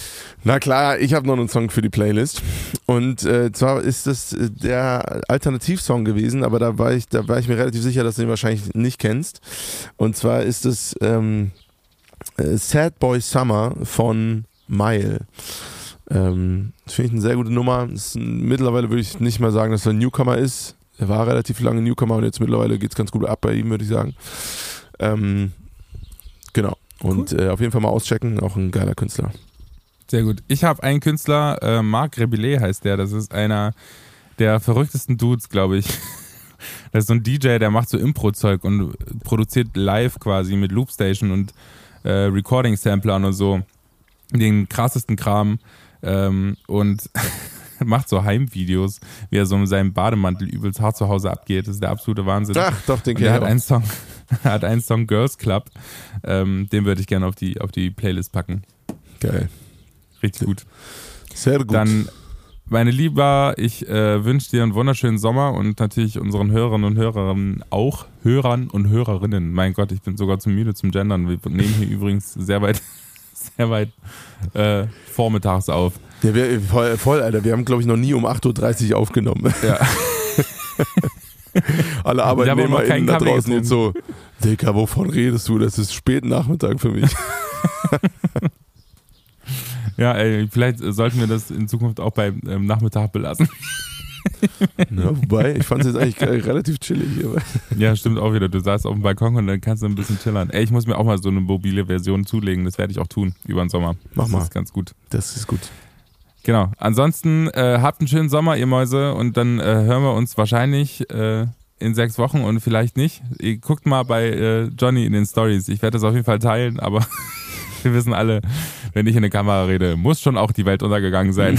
[SPEAKER 1] Na klar, ich habe noch einen Song für die Playlist und äh, zwar ist das der Alternativsong gewesen, aber da war ich, da war ich mir relativ sicher, dass du ihn wahrscheinlich nicht kennst. Und zwar ist es ähm, Sad Boy Summer von Mile. Ähm, das finde ich eine sehr gute Nummer. Ist ein, mittlerweile würde ich nicht mal sagen, dass er ein Newcomer ist. Er war relativ lange Newcomer und jetzt mittlerweile geht es ganz gut ab bei ihm, würde ich sagen. Ähm, genau. Und cool. äh, auf jeden Fall mal auschecken, auch ein geiler Künstler.
[SPEAKER 2] Sehr gut. Ich habe einen Künstler, äh, Marc Rebillet heißt der. Das ist einer der verrücktesten Dudes, glaube ich. Das ist so ein D J, der macht so Impro-Zeug und produziert live quasi mit Loopstation und äh, Recording-Samplern und so den krassesten Kram ähm, und macht so Heimvideos, wie er so in seinem Bademantel übelst hart zu Hause abgeht. Das ist der absolute Wahnsinn.
[SPEAKER 1] Ach, doch, den
[SPEAKER 2] kenn ich auch. Er hat einen Song, er hat einen Song Girls Club. Ähm, den würde ich gerne auf die, auf die Playlist packen.
[SPEAKER 1] Geil.
[SPEAKER 2] Richtig gut.
[SPEAKER 1] Sehr gut.
[SPEAKER 2] Dann, meine Lieber, ich äh, wünsche dir einen wunderschönen Sommer und natürlich unseren Hörern und Hörerinnen auch, Hörern und Hörerinnen. Mein Gott, ich bin sogar zu müde zum Gendern. Wir nehmen hier übrigens sehr weit, sehr weit äh, vormittags auf.
[SPEAKER 1] Ja, wir, voll, voll, Alter. Wir haben, glaube ich, noch nie um acht Uhr dreißig aufgenommen. Ja. Alle ArbeitnehmerInnen da draußen jetzt so, Digga, wovon redest du? Das ist spät Nachmittag für mich.
[SPEAKER 2] Ja, ey, vielleicht sollten wir das in Zukunft auch beim ähm, Nachmittag belassen.
[SPEAKER 1] Ja, wobei, ich fand es jetzt eigentlich relativ chillig. Aber.
[SPEAKER 2] Ja, stimmt auch wieder. Du saßt auf dem Balkon und dann kannst du ein bisschen chillern. Ey, ich muss mir auch mal so eine mobile Version zulegen. Das werde ich auch tun über den Sommer.
[SPEAKER 1] Mach
[SPEAKER 2] das
[SPEAKER 1] mal.
[SPEAKER 2] Das ist ganz gut.
[SPEAKER 1] Das ist gut.
[SPEAKER 2] Genau. Ansonsten äh, habt einen schönen Sommer, ihr Mäuse. Und dann äh, hören wir uns wahrscheinlich äh, in sechs Wochen und vielleicht nicht. Ihr guckt mal bei äh, Johnny in den Stories. Ich werde das auf jeden Fall teilen, aber wir wissen alle, wenn ich in eine Kamera rede, muss schon auch die Welt untergegangen sein.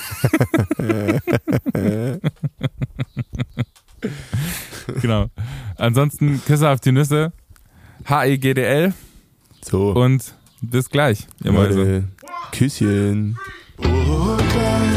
[SPEAKER 2] Genau. Ansonsten Küsse auf die Nüsse. H E G D L.
[SPEAKER 1] So.
[SPEAKER 2] Und bis gleich, ihr Mäuse.
[SPEAKER 1] Küsschen. Oh,